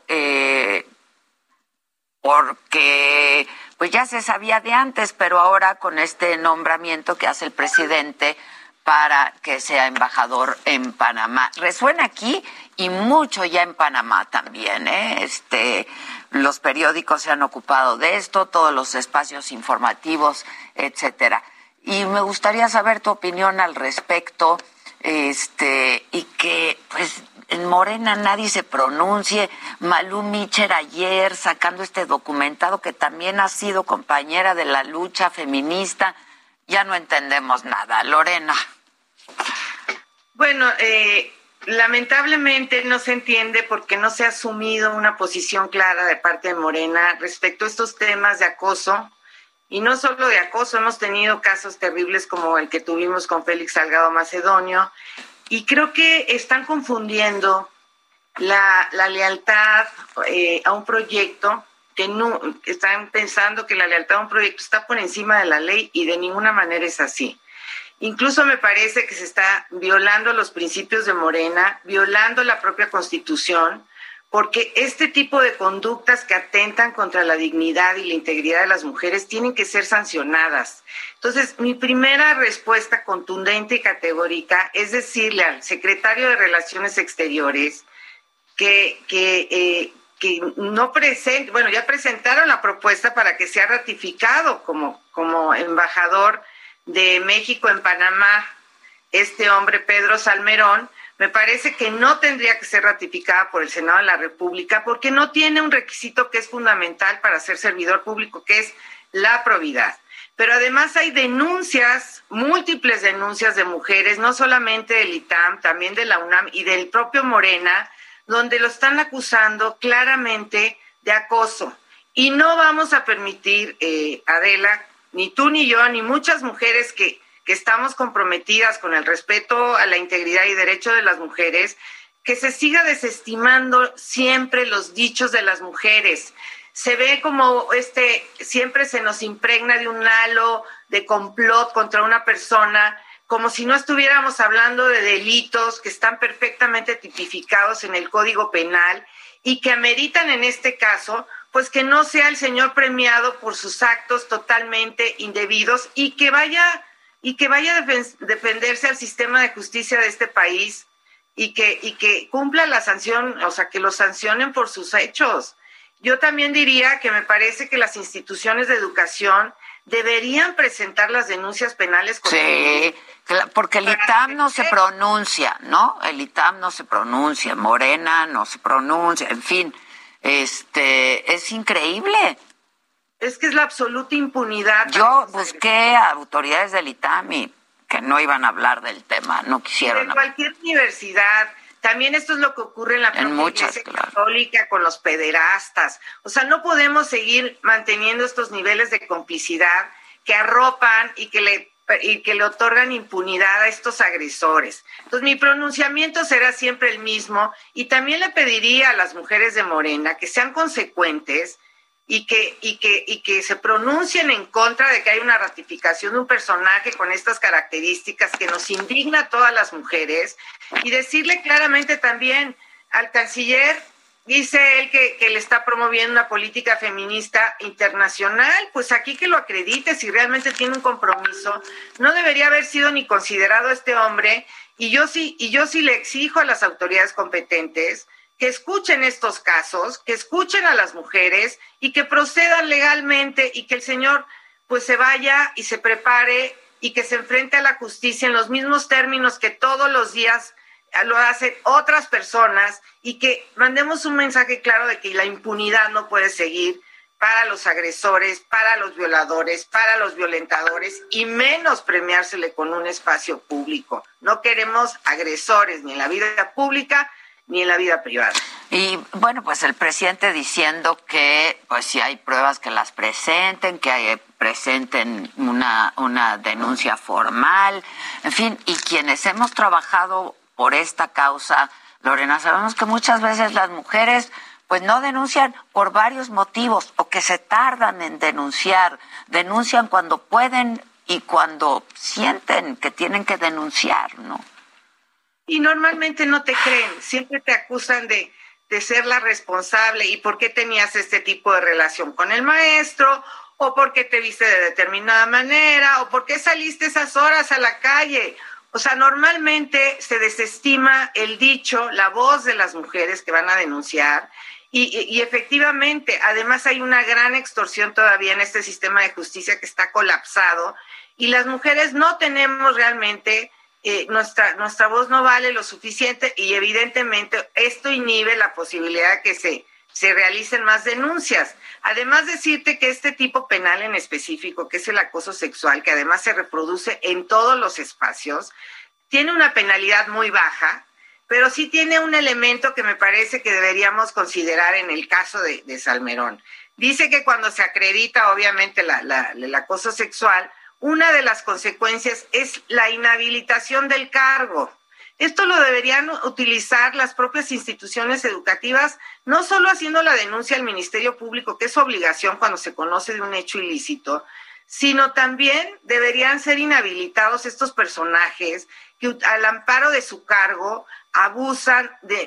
porque pues ya se sabía de antes, pero ahora con este nombramiento que hace el presidente para que sea embajador en Panamá. Resuena aquí y mucho ya en Panamá también, ¿eh? Los periódicos se han ocupado de esto, todos los espacios informativos, etcétera. Y me gustaría saber tu opinión al respecto, y que pues en Morena nadie se pronuncie. Malú Micher ayer sacando este documentado que también ha sido compañera de la lucha feminista, ya no entendemos nada. Lorena. Bueno, lamentablemente no se entiende porque no se ha asumido una posición clara de parte de Morena respecto a estos temas de acoso. Y no solo de acoso, hemos tenido casos terribles como el que tuvimos con Félix Salgado Macedonio, y creo que están confundiendo la lealtad a un proyecto, que no, están pensando que la lealtad a un proyecto está por encima de la ley, y de ninguna manera es así. Incluso me parece que se está violando los principios de Morena, violando la propia Constitución, porque este tipo de conductas que atentan contra la dignidad y la integridad de las mujeres tienen que ser sancionadas. Entonces, mi primera respuesta contundente y categórica es decirle al secretario de Relaciones Exteriores que no presente, bueno, ya presentaron la propuesta para que sea ratificado como embajador de México en Panamá este hombre Pedro Salmerón. Me parece que no tendría que ser ratificada por el Senado de la República porque no tiene un requisito que es fundamental para ser servidor público, que es la probidad. Pero además hay denuncias, múltiples denuncias de mujeres, no solamente del ITAM, también de la UNAM y del propio Morena, donde lo están acusando claramente de acoso. Y no vamos a permitir, Adela, ni tú ni yo, ni muchas mujeres que estamos comprometidas con el respeto a la integridad y derecho de las mujeres, que se siga desestimando siempre los dichos de las mujeres. Se ve como siempre se nos impregna de un halo de complot contra una persona, como si no estuviéramos hablando de delitos que están perfectamente tipificados en el Código Penal y que ameritan en este caso pues que no sea el señor premiado por sus actos totalmente indebidos y que vaya a defenderse al sistema de justicia de este país y que cumpla la sanción, o sea, que lo sancionen por sus hechos. Yo también diría que me parece que las instituciones de educación deberían presentar las denuncias penales. Sí, porque el ITAM no se pronuncia, ¿no? El ITAM no se pronuncia, Morena no se pronuncia, en fin, es increíble. Es que es la absoluta impunidad. Yo busqué a autoridades del ITAMI que no iban a hablar del tema, no quisieron. De cualquier universidad. También esto es lo que ocurre en la propia Iglesia Católica con los pederastas. O sea, no podemos seguir manteniendo estos niveles de complicidad que arropan y que le otorgan impunidad a estos agresores. Entonces, mi pronunciamiento será siempre el mismo y también le pediría a las mujeres de Morena que sean consecuentes y que se pronuncien en contra de que hay una ratificación de un personaje con estas características que nos indigna a todas las mujeres, y decirle claramente también al canciller, dice él que le está promoviendo una política feminista internacional, pues aquí que lo acredite si realmente tiene un compromiso. No debería haber sido ni considerado este hombre, y yo sí le exijo a las autoridades competentes que escuchen estos casos, que escuchen a las mujeres y que procedan legalmente, y que el señor pues se vaya y se prepare y que se enfrente a la justicia en los mismos términos que todos los días lo hacen otras personas, y que mandemos un mensaje claro de que la impunidad no puede seguir para los agresores, para los violadores, para los violentadores, y menos premiársele con un espacio público. No queremos agresores ni en la vida pública ni en la vida privada. Y bueno, pues el presidente diciendo que pues si hay pruebas que las presenten, que presenten una denuncia formal, en fin, y quienes hemos trabajado por esta causa, Lorena, sabemos que muchas veces las mujeres pues no denuncian por varios motivos, o que se tardan en denunciar, denuncian cuando pueden y cuando sienten que tienen que denunciar, ¿no? Y normalmente no te creen, siempre te acusan de ser la responsable, y por qué tenías este tipo de relación con el maestro, o por qué te viste de determinada manera, o por qué saliste esas horas a la calle. O sea, normalmente se desestima el dicho, la voz de las mujeres que van a denunciar, y efectivamente, además hay una gran extorsión todavía en este sistema de justicia que está colapsado, y las mujeres no tenemos realmente... nuestra voz no vale lo suficiente, y evidentemente esto inhibe la posibilidad de que se realicen más denuncias. Además, decirte que este tipo penal en específico, que es el acoso sexual, que además se reproduce en todos los espacios, tiene una penalidad muy baja, pero sí tiene un elemento que me parece que deberíamos considerar en el caso de Salmerón. Dice que cuando se acredita obviamente el acoso sexual, una de las consecuencias es la inhabilitación del cargo. Esto lo deberían utilizar las propias instituciones educativas, no solo haciendo la denuncia al Ministerio Público, que es su obligación cuando se conoce de un hecho ilícito, sino también deberían ser inhabilitados estos personajes que al amparo de su cargo abusan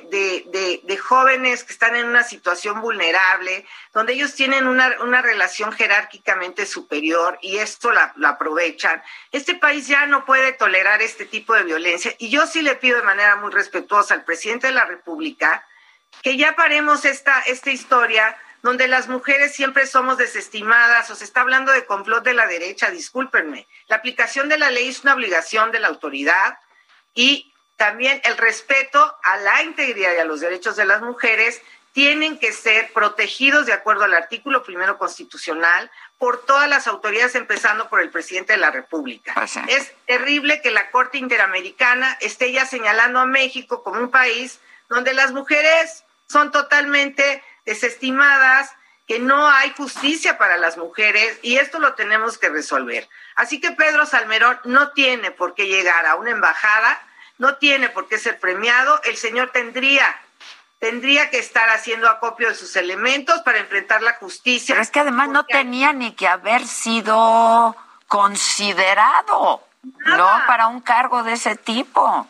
de jóvenes que están en una situación vulnerable, donde ellos tienen una relación jerárquicamente superior, y esto la aprovechan. Este país ya no puede tolerar este tipo de violencia, y yo sí le pido de manera muy respetuosa al presidente de la República que ya paremos esta historia donde las mujeres siempre somos desestimadas, o se está hablando de complot de la derecha. Discúlpenme, la aplicación de la ley es una obligación de la autoridad, y también el respeto a la integridad y a los derechos de las mujeres tienen que ser protegidos de acuerdo al artículo 1 constitucional por todas las autoridades, empezando por el presidente de la República. Es terrible que la Corte Interamericana esté ya señalando a México como un país donde las mujeres son totalmente desestimadas, que no hay justicia para las mujeres, y esto lo tenemos que resolver. Así que Pedro Salmerón no tiene por qué llegar a una embajada, no tiene por qué ser premiado. El señor tendría que estar haciendo acopio de sus elementos para enfrentar la justicia. Pero es que además no tenía ni que haber sido considerado, ¿no? Para un cargo de ese tipo.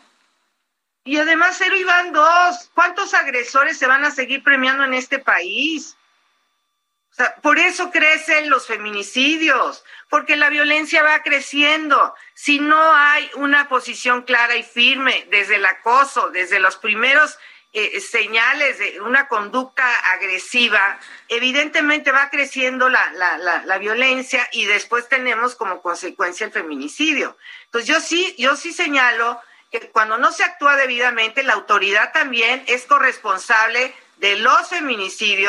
Y además 0 y van 2. ¿Cuántos agresores se van a seguir premiando en este país? O sea, por eso crecen los feminicidios, porque la violencia va creciendo. Si no hay una posición clara y firme desde el acoso, desde los primeros señales de una conducta agresiva, evidentemente va creciendo la violencia, y después tenemos como consecuencia el feminicidio. Entonces yo sí señalo que cuando no se actúa debidamente, la autoridad también es corresponsable de los feminicidios,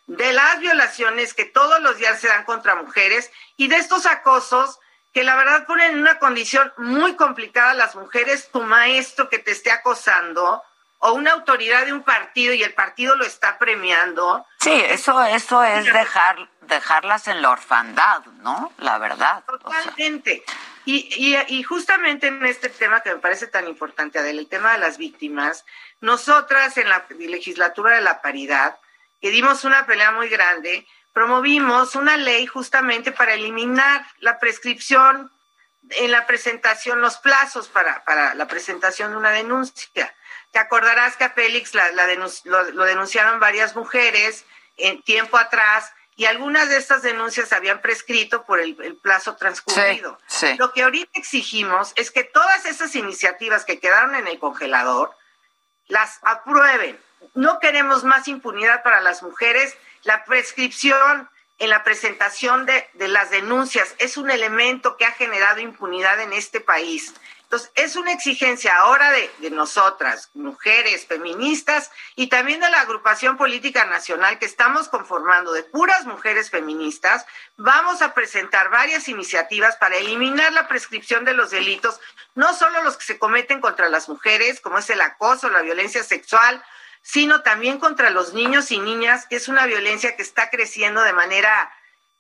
de las violaciones que todos los días se dan contra mujeres y de estos acosos que la verdad ponen en una condición muy complicada a las mujeres, tu maestro que te esté acosando o una autoridad de un partido y el partido lo está premiando. Sí, eso es dejarlas en la orfandad, ¿no? La verdad. Totalmente. O sea. Y justamente en este tema que me parece tan importante, Adela, el tema de las víctimas, nosotras en la legislatura de la paridad, que dimos una pelea muy grande, promovimos una ley justamente para eliminar la prescripción en la presentación, los plazos para la presentación de una denuncia. Te acordarás que a Félix lo denunciaron varias mujeres en tiempo atrás y algunas de estas denuncias habían prescrito por el plazo transcurrido. Sí. Lo que ahorita exigimos es que todas esas iniciativas que quedaron en el congelador las aprueben. No queremos más impunidad para las mujeres. La prescripción en la presentación de las denuncias es un elemento que ha generado impunidad en este país. Entonces, es una exigencia ahora de nosotras, mujeres, feministas, y también de la agrupación política nacional que estamos conformando de puras mujeres feministas. Vamos a presentar varias iniciativas para eliminar la prescripción de los delitos, no solo los que se cometen contra las mujeres, como es el acoso, la violencia sexual, sino también contra los niños y niñas, que es una violencia que está creciendo de manera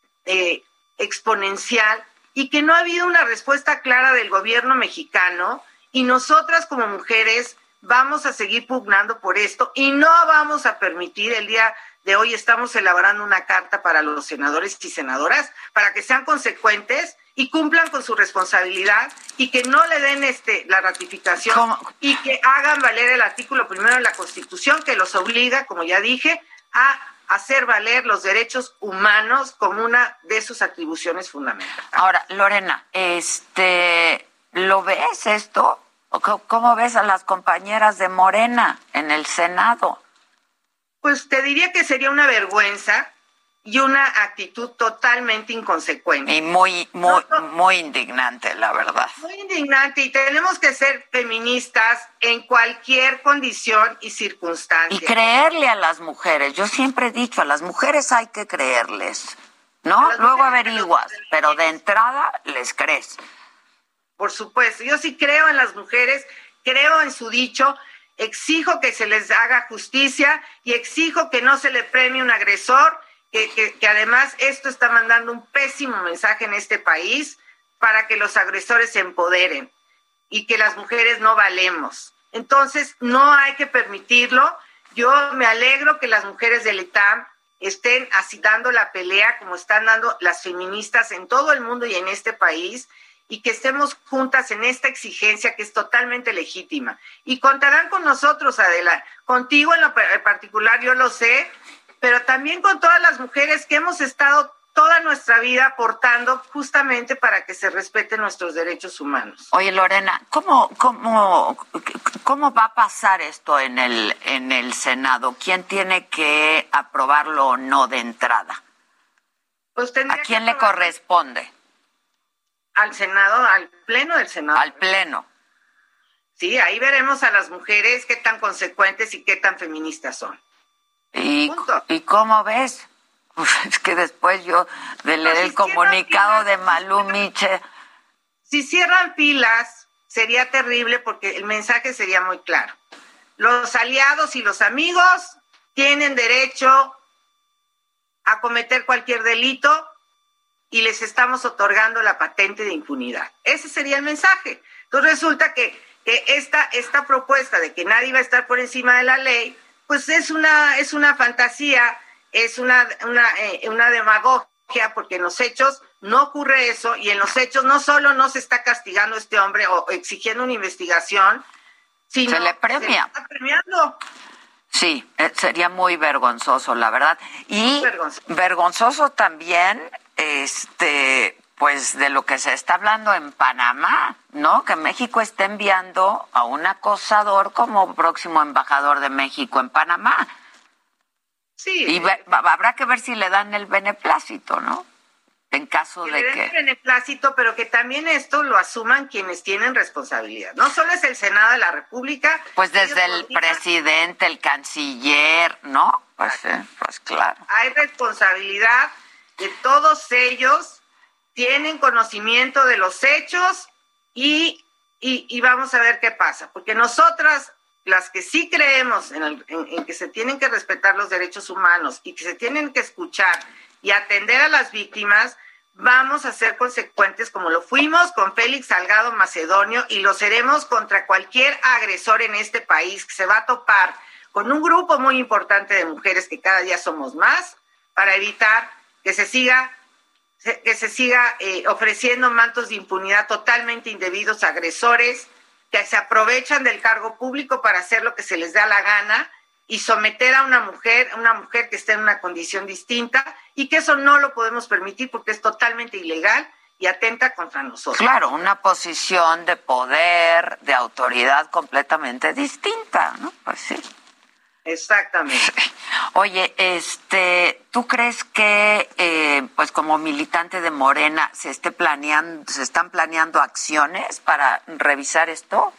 exponencial y que no ha habido una respuesta clara del gobierno mexicano, y nosotras como mujeres vamos a seguir pugnando por esto y no vamos a permitir. El día de hoy estamos elaborando una carta para los senadores y senadoras para que sean consecuentes y cumplan con su responsabilidad y que no le den la ratificación. ¿Cómo? Y que hagan valer el artículo 1 de la Constitución que los obliga, como ya dije, a hacer valer los derechos humanos como una de sus atribuciones fundamentales. Ahora, Lorena, ¿lo ves esto? ¿Cómo ves a las compañeras de Morena en el Senado? Pues te diría que sería una vergüenza y una actitud totalmente inconsecuente. Y muy indignante, la verdad. Muy indignante, y tenemos que ser feministas en cualquier condición y circunstancia. Y creerle a las mujeres. Yo siempre he dicho, a las mujeres hay que creerles, ¿no? Luego averiguas, pero de entrada les crees. Por supuesto, yo sí creo en las mujeres, creo en su dicho, exijo que se les haga justicia y exijo que no se le premie un agresor, que además esto está mandando un pésimo mensaje en este país para que los agresores se empoderen y que las mujeres no valemos. Entonces, no hay que permitirlo. Yo me alegro que las mujeres del ITAM estén así dando la pelea como están dando las feministas en todo el mundo y en este país, y que estemos juntas en esta exigencia que es totalmente legítima. Y contarán con nosotros, Adela, contigo en lo particular, yo lo sé, pero también con todas las mujeres que hemos estado toda nuestra vida aportando justamente para que se respeten nuestros derechos humanos. Oye, Lorena, ¿cómo va a pasar esto en el Senado? ¿Quién tiene que aprobarlo o no de entrada? Pues ¿a quién le corresponde? Al Senado, al Pleno del Senado. Al Pleno. Sí, ahí veremos a las mujeres qué tan consecuentes y qué tan feministas son. ¿Y cómo ves? Es que después yo de leer el comunicado de Malú Miche. Si cierran filas, sería terrible porque el mensaje sería muy claro. Los aliados y los amigos tienen derecho a cometer cualquier delito y les estamos otorgando la patente de impunidad. Ese sería el mensaje. Entonces resulta que esta propuesta de que nadie va a estar por encima de la ley, pues es una fantasía, es una demagogia, porque en los hechos no ocurre eso, y en los hechos no solo no se está castigando a este hombre o exigiendo una investigación, sino se le premia. Se le está premiando. Sí, sería muy vergonzoso, la verdad. Y vergonzoso también, pues de lo que se está hablando en Panamá, ¿no? Que México está enviando a un acosador como próximo embajador de México en Panamá. Sí. Y habrá que ver si le dan el beneplácito, ¿no? En caso de que... el beneplácito, pero que también esto lo asuman quienes tienen responsabilidad. No solo es el Senado de la República. Pues desde el presidente, el canciller, ¿no? Pues claro. Hay responsabilidad de todos ellos, tienen conocimiento de los hechos y vamos a ver qué pasa. Porque nosotras, las que sí creemos en que se tienen que respetar los derechos humanos y que se tienen que escuchar y atender a las víctimas, vamos a ser consecuentes como lo fuimos con Félix Salgado Macedonio y lo seremos contra cualquier agresor en este país que se va a topar con un grupo muy importante de mujeres que cada día somos más para evitar que se siga ofreciendo mantos de impunidad totalmente indebidos a agresores que se aprovechan del cargo público para hacer lo que se les da la gana y someter a una mujer que esté en una condición distinta, y que eso no lo podemos permitir porque es totalmente ilegal y atenta contra nosotros. Claro, una posición de poder, de autoridad completamente distinta, ¿no? Pues sí. Exactamente. Oye, ¿tú crees que, pues como militante de Morena, se están planeando acciones para revisar esto?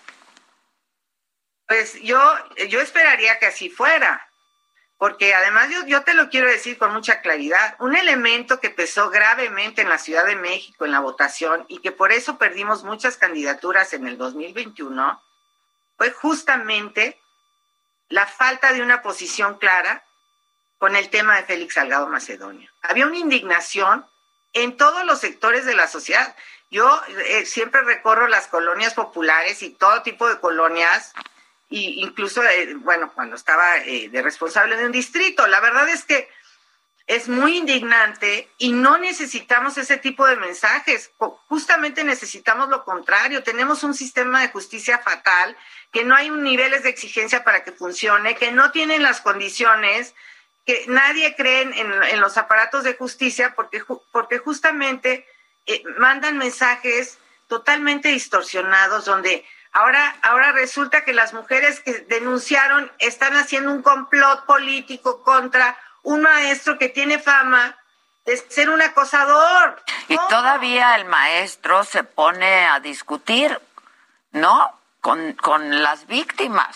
Pues yo esperaría que así fuera, porque además yo te lo quiero decir con mucha claridad, un elemento que pesó gravemente en la Ciudad de México en la votación y que por eso perdimos muchas candidaturas en el 2021, fue justamente la falta de una posición clara con el tema de Félix Salgado Macedonio. Había una indignación en todos los sectores de la sociedad. Yo siempre recorro las colonias populares y todo tipo de colonias, y incluso, cuando estaba de responsable de un distrito. La verdad es que es muy indignante y no necesitamos ese tipo de mensajes. Justamente necesitamos lo contrario. Tenemos un sistema de justicia fatal, que no hay niveles de exigencia para que funcione, que no tienen las condiciones, que nadie cree en los aparatos de justicia porque justamente mandan mensajes totalmente distorsionados donde ahora resulta que las mujeres que denunciaron están haciendo un complot político contra un maestro que tiene fama de ser un acosador. Y todavía el maestro se pone a discutir, ¿no? Con las víctimas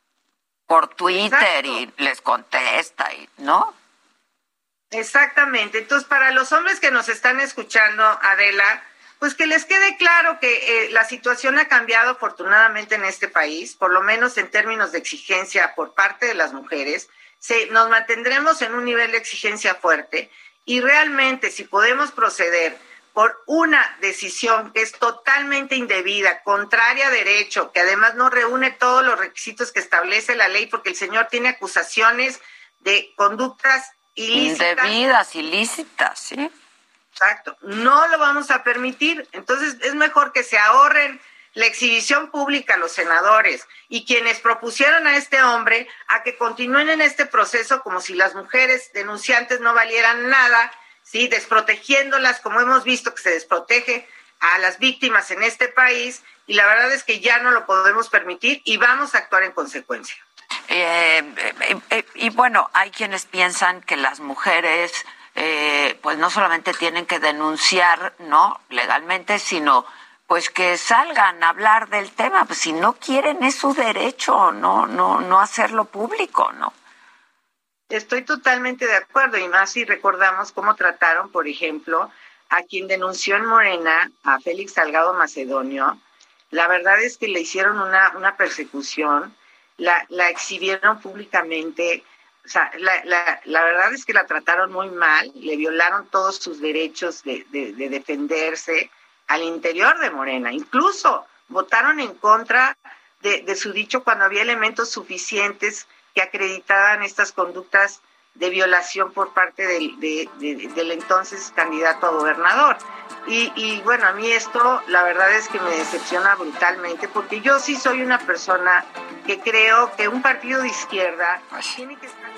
por Twitter. Exacto. Y les contesta, ¿no? Exactamente. Entonces, para los hombres que nos están escuchando, Adela, pues que les quede claro que la situación ha cambiado afortunadamente en este país, por lo menos en términos de exigencia por parte de las mujeres. Nos mantendremos en un nivel de exigencia fuerte y realmente si podemos proceder por una decisión que es totalmente indebida, contraria a derecho, que además no reúne todos los requisitos que establece la ley, porque el señor tiene acusaciones de conductas ilícitas. Indebidas, ilícitas, sí. Exacto, no lo vamos a permitir. Entonces es mejor que se ahorren la exhibición pública a los senadores y quienes propusieron a este hombre a que continúen en este proceso como si las mujeres denunciantes no valieran nada, ¿sí? Desprotegiéndolas como hemos visto que se desprotege a las víctimas en este país, y la verdad es que ya no lo podemos permitir y vamos a actuar en consecuencia. Y bueno, hay quienes piensan que las mujeres pues no solamente tienen que denunciar, ¿no?, legalmente, sino pues que salgan a hablar del tema. Pues si no quieren, es su derecho no hacerlo público, ¿no? Estoy totalmente de acuerdo, y más si recordamos cómo trataron, por ejemplo, a quien denunció en Morena, a Félix Salgado Macedonio. La verdad es que le hicieron una persecución, la exhibieron públicamente. O sea, la verdad es que la trataron muy mal, le violaron todos sus derechos de defenderse al interior de Morena. Incluso votaron en contra de su dicho cuando había elementos suficientes que acreditaban estas conductas de violación por parte del entonces candidato a gobernador. Y bueno, a mí esto la verdad es que me decepciona brutalmente, porque yo sí soy una persona que creo que un partido de izquierda tiene que estar...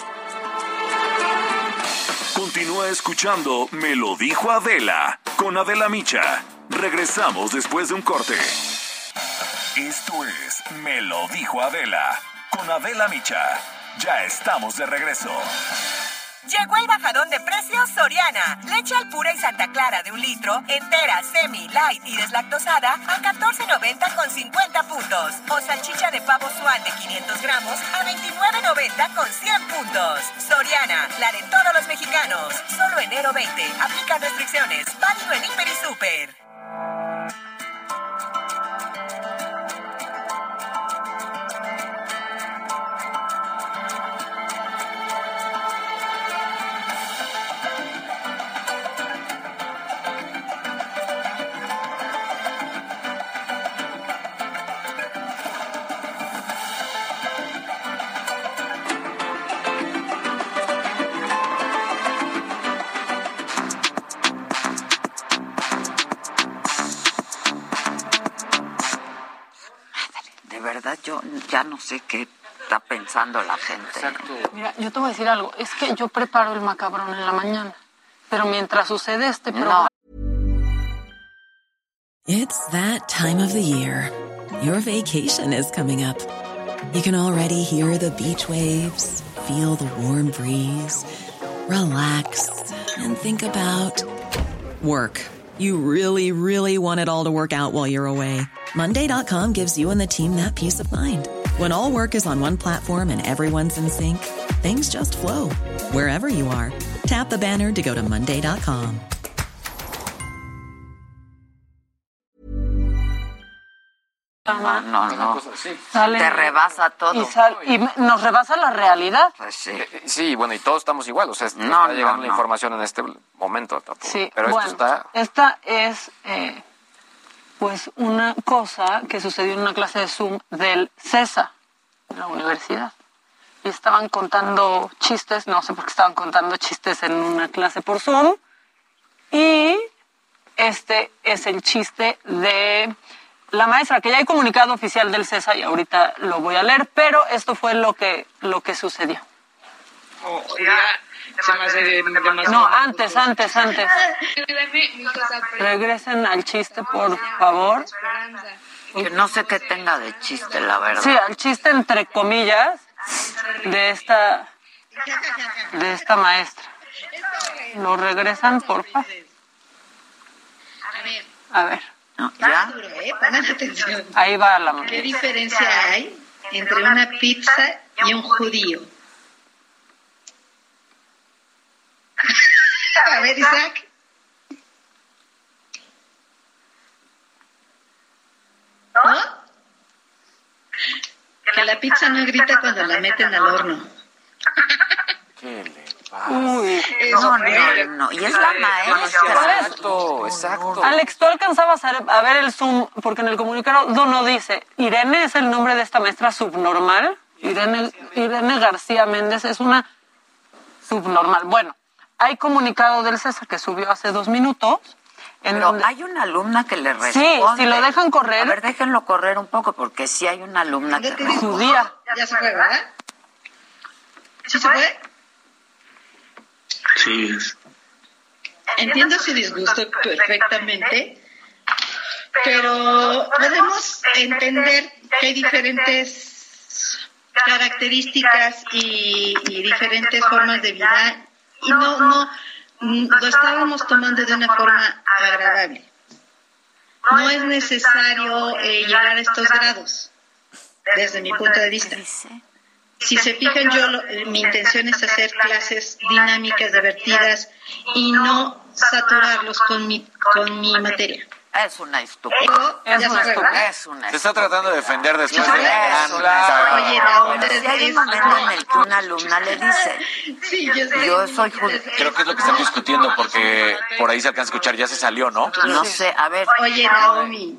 Continúa escuchando Me lo dijo Adela con Adela Micha. Regresamos después de un corte. Esto es Me lo dijo Adela con Adela Micha. Ya estamos de regreso. Llegó el bajadón de precios Soriana. Leche Alpura y Santa Clara de 1 litro, entera, semi, light y deslactosada a $14.90 con 50 puntos. O salchicha de pavo Swan de 500 gramos a $29.90 con 100 puntos. Soriana, la de todos los mexicanos. Solo enero 20. Aplica restricciones. Válido en Hiper y Super. Yo ya no sé qué está pensando la gente. Exacto. Mira, yo te voy a decir algo. Es que yo preparo el macabrón en la mañana. Pero mientras sucede este programa... It's that time of the year. Your vacation is coming up. You can already hear the beach waves, feel the warm breeze, relax, and think about work. You really, really want it all to work out while you're away. Monday.com gives you and the team that peace of mind. When all work is on one platform and everyone's in sync, things just flow. Wherever you are, tap the banner to go to Monday.com. No. Te rebasa todo. Y nos rebasa la realidad. Pues sí. Sí, bueno, y todos estamos igual. O sea, está llegando la información en este momento. Tampoco. Sí, pero bueno, esto está... Esta es... pues una cosa que sucedió en una clase de Zoom del CESA, de la universidad. Y estaban contando chistes, no sé por qué estaban contando chistes en una clase por Zoom. Y este es el chiste de la maestra, que ya hay comunicado oficial del CESA y ahorita lo voy a leer, pero esto fue lo que sucedió. No, antes. Regresen al chiste, por favor. Que no sé qué tenga de chiste, la verdad. Sí, al chiste entre comillas de esta maestra. Lo regresan, por favor. A ver. No, ¿ya? Duro, pongan atención. Ahí va la... ¿Qué diferencia hay entre una pizza y un judío? A ver, Isaac. ¿No? Que la pizza no grita cuando la meten al horno. ¿Qué le pasa? Uy, no. Y es la maestra. Exacto. Alex, ¿tú alcanzabas a ver el Zoom? Porque en el comunicado no dice. Irene es el nombre de esta maestra subnormal. Irene García Méndez es una subnormal. Bueno, hay comunicado del CESA que subió hace 2 minutos. Pero hay una alumna que le responde. Sí, si lo dejan correr. A ver, déjenlo correr un poco, porque sí hay una alumna que judía. Ya se fue, ¿verdad? ¿Sí se fue? Sí. Entiendo su disgusto perfectamente, pero podemos entender que hay diferentes características y diferentes formas de vida, y no lo estábamos tomando de una forma agradable. No es necesario llegar a estos grados, desde mi punto de vista. Si se fijan, mi intención es hacer clases dinámicas, divertidas, y no saturarlos con mi materia. Es una estupidez. Se está tratando de defender después de... Oye, Naomi, hay un momento en el que una alumna le dice, yo soy judía. Creo que es lo que están discutiendo, porque por ahí se alcanza a escuchar, ya se salió, ¿no? No sé, a ver. Oye, Naomi,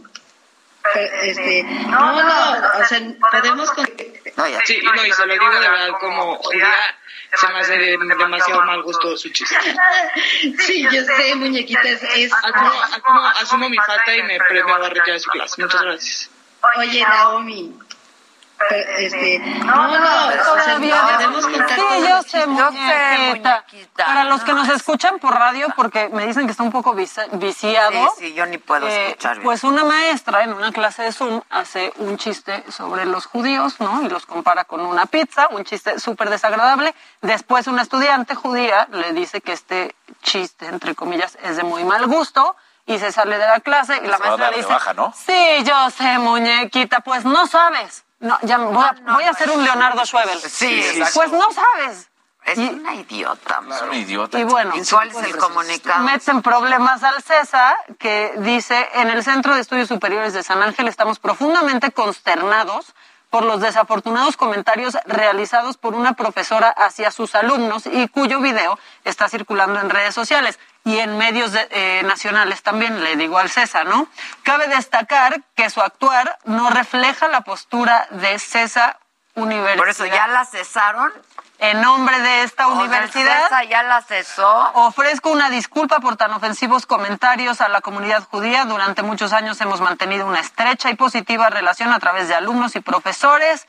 o sea, podemos... Sí, y se lo digo de verdad, como judía, se me hace demasiado mal gusto su chiste. Sí, yo sé, muñequitas, asumo mi falta y me premio a retirar de su clase. Muchas gracias. Oye, Naomi, o sea, podemos contar. Sí, yo sé. muñequita. Para los que nos escuchan por radio, porque me dicen que está un poco viciado. Sí, yo ni puedo escuchar bien. Pues una maestra en una clase de Zoom hace un chiste sobre los judíos, ¿no? Y los compara con una pizza, un chiste súper desagradable. Después una estudiante judía le dice que este chiste, entre comillas, es de muy mal gusto y se sale de la clase y la maestra le dice, baja, ¿no? Sí, yo sé, muñequita, pues no sabes. No, ya voy a hacer un Leonardo Schwebel. Sí, pues no sabes. Es una idiota. Es una idiota. Y bueno, ¿cuál es el comunicado? Meten problemas al CESA, que dice, en el Centro de Estudios Superiores de San Ángel estamos profundamente consternados por los desafortunados comentarios realizados por una profesora hacia sus alumnos y cuyo video está circulando en redes sociales y en medios nacionales también, le digo al CESA, ¿no? Cabe destacar que su actuar no refleja la postura de CESA Universidad. Por eso ya la cesaron. En nombre de esta universidad, CESA ya la cesó. Ofrezco una disculpa por tan ofensivos comentarios a la comunidad judía. Durante muchos años hemos mantenido una estrecha y positiva relación a través de alumnos y profesores.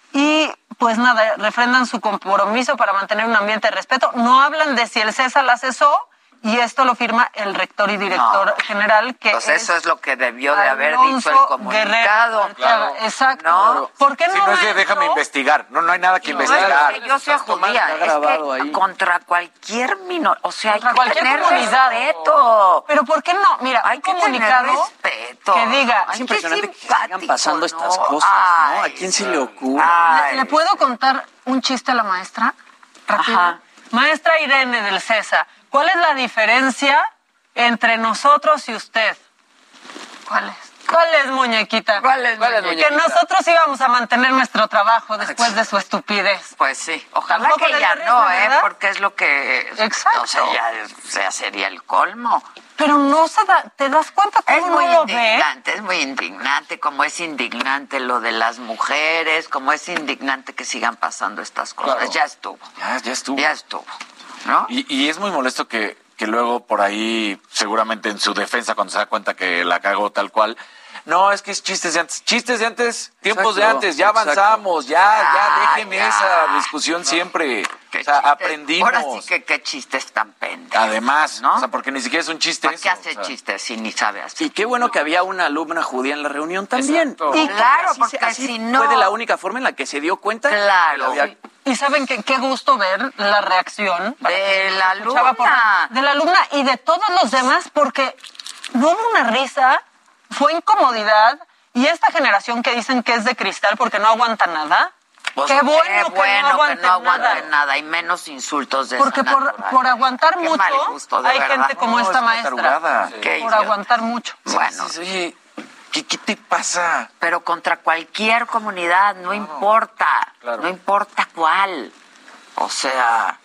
Y pues nada, refrendan su compromiso para mantener un ambiente de respeto. No hablan de si el CESA la cesó. Y esto lo firma el rector y director general, que pues eso es lo que debió de haber dicho el comunicado. Claro. Exacto. ¿No? ¿Por qué no? Si no es de déjame investigar. No hay nada que investigar. Es que yo soy judía. Es que contra cualquier o sea, hay que tener comunidad. respeto. Pero ¿por qué no? Mira, hay que comunicado tener respeto. Que diga. Es impresionante que sigan pasando estas cosas, ¿no? ¿A quién se le ocurre? ¿Le puedo contar un chiste a la maestra? Rápido. Ajá. Maestra Irene del CESA. ¿Cuál es la diferencia entre nosotros y usted? ¿Cuál es, muñequita? ¿Cuál es, muñequita? Que nosotros íbamos a mantener nuestro trabajo después de su estupidez. Pues sí, ojalá que ya no, porque es lo que... Exacto. O sea, ya sería el colmo. Pero no se da, ¿te das cuenta que uno no lo ve? Es muy indignante, como es indignante lo de las mujeres, como es indignante que sigan pasando estas cosas. Claro. Ya estuvo. Ya estuvo. ¿No? Y es muy molesto que luego por ahí, seguramente en su defensa, cuando se da cuenta que la cagó tal cual, no, es que es chistes de antes, tiempos de antes, ya avanzamos, ya déjenme esa discusión siempre. O sea, aprendimos. Ahora sí que qué chistes tan pendejos. Además, ¿no? O sea, porque ni siquiera es un chiste. ¿Para qué hace chistes si ni sabe hacer? Y qué bueno que había una alumna judía en la reunión también. Exacto. Y claro, porque así si no... fue de la única forma en la que se dio cuenta. Claro. Y saben que qué gusto ver la reacción de la alumna. De la alumna y de todos los demás, porque no hubo una risa, fue incomodidad. Y esta generación que dicen que es de cristal porque no aguanta nada, pues qué bueno que no aguanten nada y menos insultos de porque por aguantar qué mucho hay gente como esta maestra. Por aguantar mucho. Bueno. Oye, ¿qué te pasa? Pero contra cualquier comunidad, no importa. Claro. No importa cuál. O sea,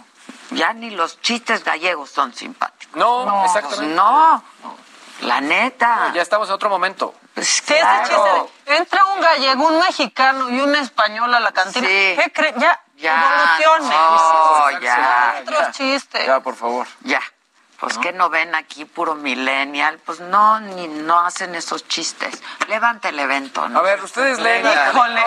ya ni los chistes gallegos son simpáticos. No, exactamente. No, la neta. Ya estamos en otro momento. Pues claro. Entra un gallego, un mexicano y un español a la cantina. Sí. ¿Qué creen? Ya evoluciones. Ya. Otros chistes. Ya, por favor. Ya. Pues que no ven aquí puro millennial, pues no hacen esos chistes. Levanta el evento, ¿no? A ver, ustedes leen. Híjole,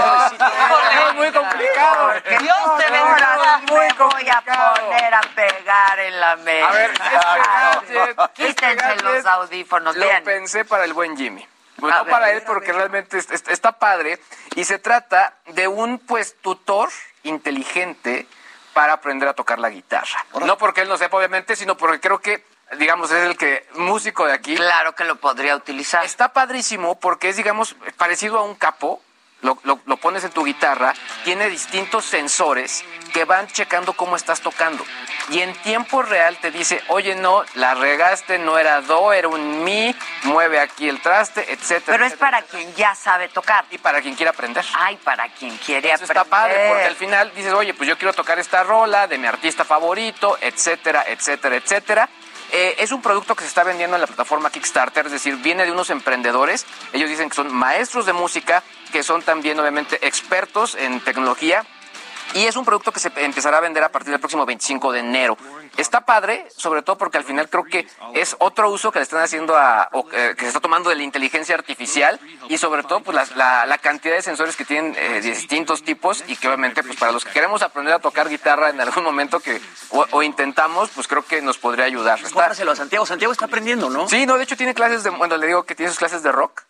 es muy complicado. Dios te bendiga. Voy a poner a pegar en la mesa. A ver, quítense los audífonos. Lo pensé para el buen Jimmy. Pues no para él, porque realmente está padre. Y se trata de un tutor inteligente para aprender a tocar la guitarra. No porque él no sepa, obviamente, sino porque creo que, digamos, es el músico de aquí. Claro que lo podría utilizar. Está padrísimo porque es, digamos, parecido a un capo. Lo pones en tu guitarra, tiene distintos sensores que van checando cómo estás tocando. Y en tiempo real te dice, oye, no, la regaste, no era do, era un mi, mueve aquí el traste, etcétera. Pero es para quien ya sabe tocar. Y para quien quiere aprender. Ay, para quien quiere aprender. Está padre, porque al final dices, oye, pues yo quiero tocar esta rola de mi artista favorito, etcétera, etcétera, etcétera. Es un producto que se está vendiendo en la plataforma Kickstarter, es decir, viene de unos emprendedores. Ellos dicen que son maestros de música, que son también, obviamente, expertos en tecnología. y es un producto que se empezará a vender a partir del próximo 25 de enero. Está padre, sobre todo porque al final creo que es otro uso que le están haciendo que se está tomando de la inteligencia artificial y sobre todo pues la cantidad de sensores que tienen de distintos tipos y que obviamente pues para los que queremos aprender a tocar guitarra en algún momento o intentamos, pues creo que nos podría ayudar. Cómpraselo a Santiago. Santiago está aprendiendo, ¿no? Sí, no, de hecho tiene clases le digo que tiene sus clases de rock.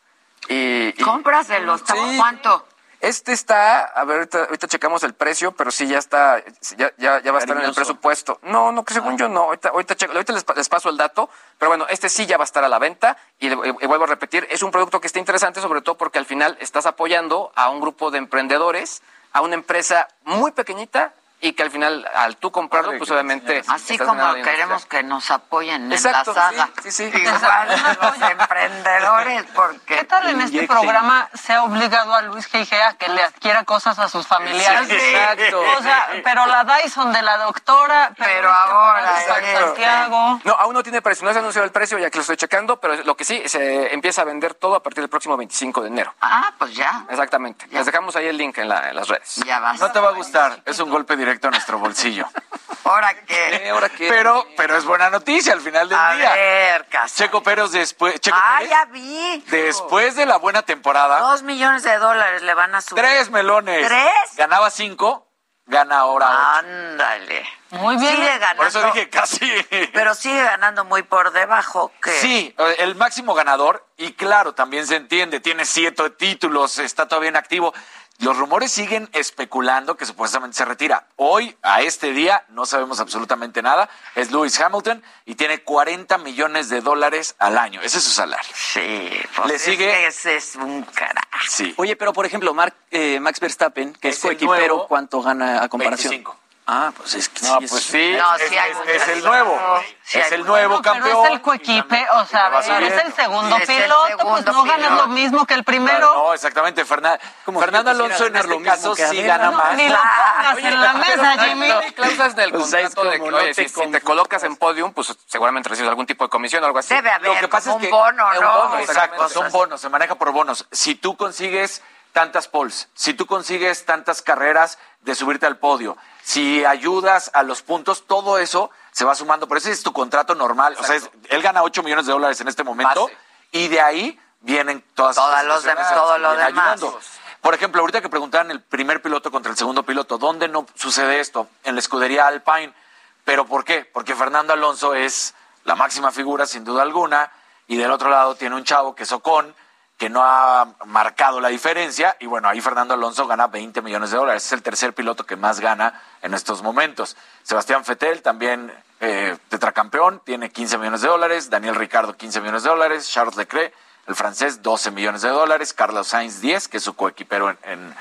Cómpraselo, ¿cuánto? Este está, a ver, ahorita checamos el precio, pero sí ya está, ya va a estar en el presupuesto. No, que según yo no, ahorita les paso el dato, pero bueno, este sí ya va a estar a la venta y vuelvo a repetir, es un producto que está interesante sobre todo porque al final estás apoyando a un grupo de emprendedores, a una empresa muy pequeñita y que al final, al tú comprarlo, pues obviamente... Así como queremos que nos apoyen Exacto, en la saga. Sí. Igual los emprendedores, porque... ¿Qué tal en este programa se ha obligado a Luis G.I.G. a que le adquiera cosas a sus familiares? Sí, exacto. O sea, pero la Dyson de la doctora... Pero ahora... Santiago... No, aún no tiene precio, no se ha anunciado el precio, ya que lo estoy checando, pero lo que sí, se empieza a vender todo a partir del próximo 25 de enero. Ah, pues ya. Exactamente. Les dejamos ahí el link en las redes. Ya vas. No te va a gustar, es un golpe directo a nuestro bolsillo. ¿Ahora qué? Pero es buena noticia al final del día. A ver, Casa. Checo Pérez después... Ya vi. Después de la buena temporada... $2 millones le van a subir. 3 melones. ¿3? Ganaba 5, gana ahora 8. Ándale. Muy bien. Sigue ganando. Por eso dije casi. Pero sigue ganando muy por debajo. ¿Qué? Sí, el máximo ganador, y claro, también se entiende, tiene 7 títulos, está todavía en activo. Los rumores siguen especulando que supuestamente se retira. Hoy, a este día, no sabemos absolutamente nada. Es Lewis Hamilton y tiene $40 millones al año. Ese es su salario. Sí, pues le sigue. Ese es un carajo. Sí. Oye, pero por ejemplo, Max Verstappen, que es coequipero, ¿cuánto gana a comparación? 25. Ah, pues es que no, sí. Pues sí, no, sí es el nuevo. Sí, es el nuevo campeón. Pero es el coequipe, o sea, es el segundo piloto, pues no ganas lo mismo que el primero. Claro, no, exactamente. Fernando Alonso en este caso sí gana más. Ni lo pongas en la mesa, Jimmy. No hay cláusulas del contrato de que, oye, si te colocas en podium, pues seguramente recibes algún tipo de comisión o algo así. Debe haber Lo que pasa como es que un bono, ¿no? Un bono, exacto, son bonos, se maneja por bonos. Si tú consigues tantas poles, si tú consigues tantas carreras de subirte al podio, si ayudas a los puntos, todo eso se va sumando. Pero ese es tu contrato normal. Exacto. O sea, él gana $8 millones en este momento. Base. Y de ahí vienen todo lo demás. Por ejemplo, ahorita que preguntaban el primer piloto contra el segundo piloto, ¿dónde no sucede esto? En la escudería Alpine. ¿Pero por qué? Porque Fernando Alonso es la máxima figura, sin duda alguna, y del otro lado tiene un chavo que es Ocon, que no ha marcado la diferencia, y bueno, ahí Fernando Alonso gana $20 millones. Es el tercer piloto que más gana en estos momentos. Sebastián Vettel, también tetracampeón, tiene $15 millones. Daniel Ricciardo, $15 millones. Charles Leclerc, el francés, $12 millones. Carlos Sainz, 10, que es su coequipero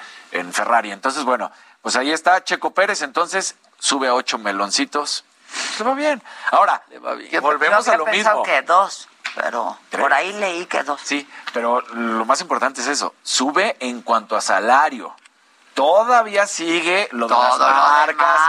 en Ferrari. Entonces, bueno, pues ahí está Checo Pérez, entonces sube a 8 meloncitos. Le va bien. Ahora, volvemos a lo mismo. Que 2. Pero 3. Por ahí leí que 2. Sí, pero lo más importante es eso. Sube en cuanto a salario. Todavía sigue lo de las marcas.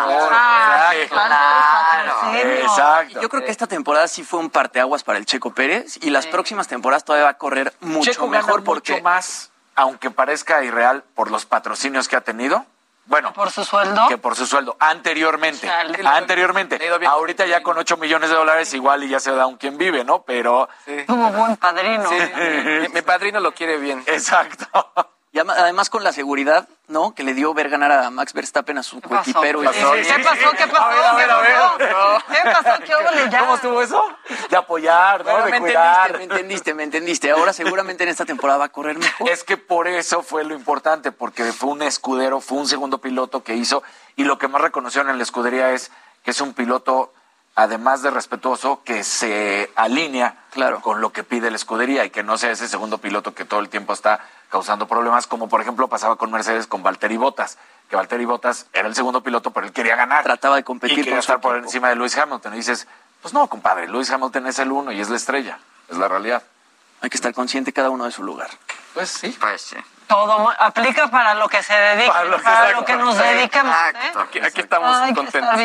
Exacto. Yo creo que esta temporada sí fue un parteaguas para el Checo Pérez y las próximas temporadas todavía va a correr mucho Checo mejor. Mucho más, aunque parezca irreal, por los patrocinios que ha tenido. Bueno, ¿por su sueldo? Que por su sueldo. Anteriormente. Ahorita ya con $8 millones igual y ya se da un quien vive, ¿no? Pero... Tuvo buen padrino. Sí. Mi padrino lo quiere bien. Exacto. Y además con la seguridad, ¿no? Que le dio ver ganar a Max Verstappen a su coequipero. ¿Qué pasó? A ver. ¿Qué pasó? ¿Cómo estuvo eso? De apoyar, ¿no? De cuidar. Me entendiste. Ahora seguramente en esta temporada va a correr mejor. Es que por eso fue lo importante, porque fue un escudero, fue un segundo piloto que hizo, y lo que más reconocieron en la escudería es que es un piloto, además de respetuoso, que se alinea con lo que pide la escudería y que no sea ese segundo piloto que todo el tiempo está causando problemas, como por ejemplo pasaba con Mercedes con Valtteri Bottas, que Valtteri Bottas era el segundo piloto, pero él quería ganar. Trataba de competir. Y quería estar por encima de Lewis Hamilton. Y dices, pues no, compadre, Lewis Hamilton es el uno y es la estrella, es la realidad. Hay que estar consciente cada uno de su lugar. Pues sí. Todo aplica para lo que se dedique, para lo que nos dedicamos. Aquí estamos contentos.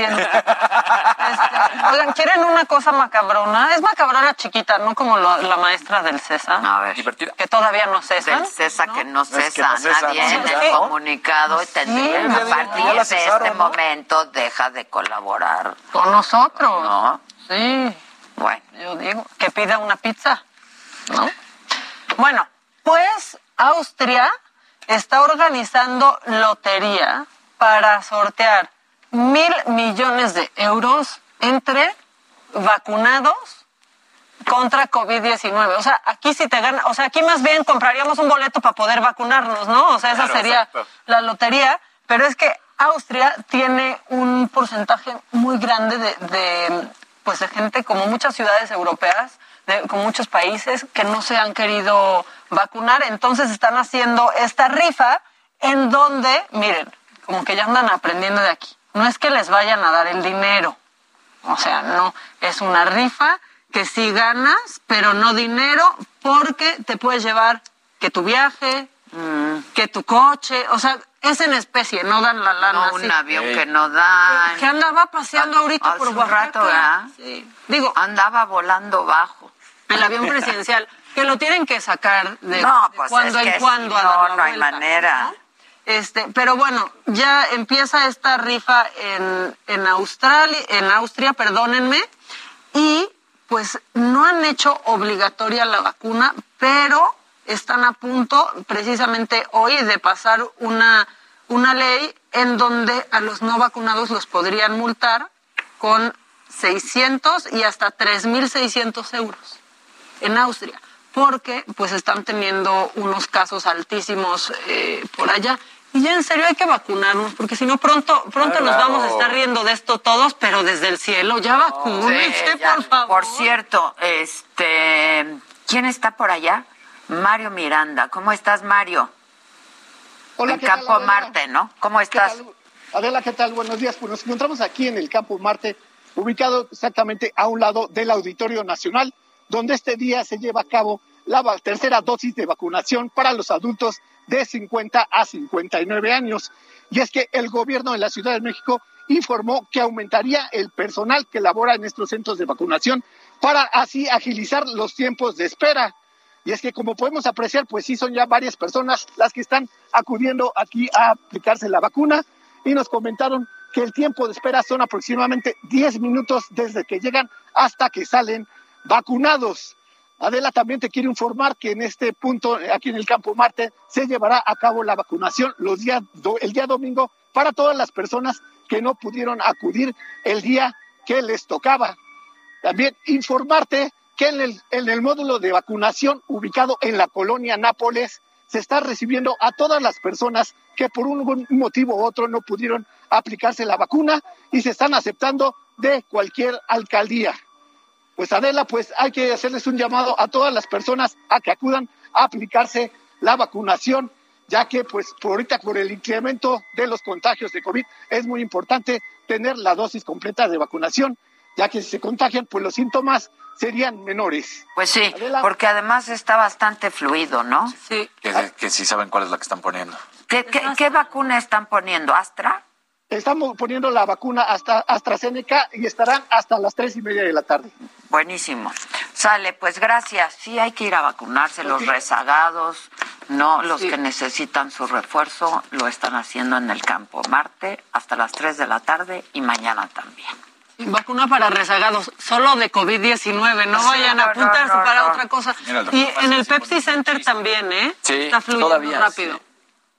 Oigan, ¿quieren una cosa macabrona? Es macabrona chiquita, no como la maestra del CESA. A ver. Divertida. Que todavía no cesa. Del CESA que no cesa. que no cesa, Nadie no en cesa. el comunicado tendría a partir ya la de cesaron, este ¿no? momento deja de colaborar. Con nosotros. ¿No? Sí. Bueno. Yo digo, que pida una pizza, ¿no? Bueno, pues Austria está organizando lotería para sortear 1,000 millones de euros entre vacunados contra COVID-19. O sea, aquí si te ganan, o sea, aquí más bien compraríamos un boleto para poder vacunarnos, ¿no? O sea, esa sería la lotería, pero es que Austria tiene un porcentaje muy grande de gente, como muchas ciudades europeas, con muchos países que no se han querido vacunar. Entonces están haciendo esta rifa en donde, miren, como que ya andan aprendiendo de aquí. No es que les vayan a dar el dinero. O sea, no, es una rifa que sí ganas, pero no dinero, porque te puedes llevar que tu viaje, que tu coche, o sea, es en especie, no dan la lana. No, un avión que no dan. Que andaba paseando ahorita por Oaxaca. Rato, ¿verdad? Sí. Digo, andaba volando bajo. El avión presidencial, que lo tienen que sacar de pues cuando en cuando a dar la no hay vuelta, manera. ¿no? Pero bueno, ya empieza esta rifa en Austria, perdónenme, y pues no han hecho obligatoria la vacuna, pero están a punto precisamente hoy de pasar una ley en donde a los no vacunados los podrían multar con 600 y hasta 3,600 euros en Austria, porque pues están teniendo unos casos altísimos por allá. Y ya en serio hay que vacunarnos, porque si no pronto nos vamos a estar riendo de esto todos, pero desde el cielo, ya vacúnense, por favor. Por cierto, ¿quién está por allá? Mario Miranda. ¿Cómo estás, Mario? Hola, en Campo Marte, ¿no? ¿Cómo estás? ¿Qué tal? Adela, ¿qué tal? Buenos días. Pues nos encontramos aquí en el Campo Marte, ubicado exactamente a un lado del Auditorio Nacional, donde este día se lleva a cabo la tercera dosis de vacunación para los adultos de 50 a 59 años. Y es que el gobierno de la Ciudad de México informó que aumentaría el personal que labora en estos centros de vacunación para así agilizar los tiempos de espera. Y es que, como podemos apreciar, pues sí son ya varias personas las que están acudiendo aquí a aplicarse la vacuna, y nos comentaron que el tiempo de espera son aproximadamente 10 minutos desde que llegan hasta que salen vacunados. Adela, también te quiero informar que en este punto, aquí en el Campo Marte, se llevará a cabo la vacunación el día domingo para todas las personas que no pudieron acudir el día que les tocaba. También informarte que en el módulo de vacunación ubicado en la colonia Nápoles se está recibiendo a todas las personas que por un motivo u otro no pudieron aplicarse la vacuna, y se están aceptando de cualquier alcaldía. Pues Adela, pues hay que hacerles un llamado a todas las personas a que acudan a aplicarse la vacunación, ya que pues por el incremento de los contagios de COVID es muy importante tener la dosis completa de vacunación, ya que si se contagian, pues los síntomas serían menores. Pues sí, Adela, porque además está bastante fluido, ¿no? Sí. Que sí saben cuál es la que están poniendo. ¿Qué vacuna están poniendo? ¿Astra? Estamos poniendo la vacuna hasta AstraZeneca y estarán hasta las 3:30 de la tarde. Buenísimo. Sale, pues gracias. Sí, hay que ir a vacunarse, los rezagados, no los que necesitan su refuerzo, lo están haciendo en el Campo Marte hasta las 3 de la tarde y mañana también. Vacuna para rezagados, solo de COVID-19, no vayan a apuntarse para otra cosa. Y en el Pepsi Center también, Sí, está fluyendo todavía, rápido. sí.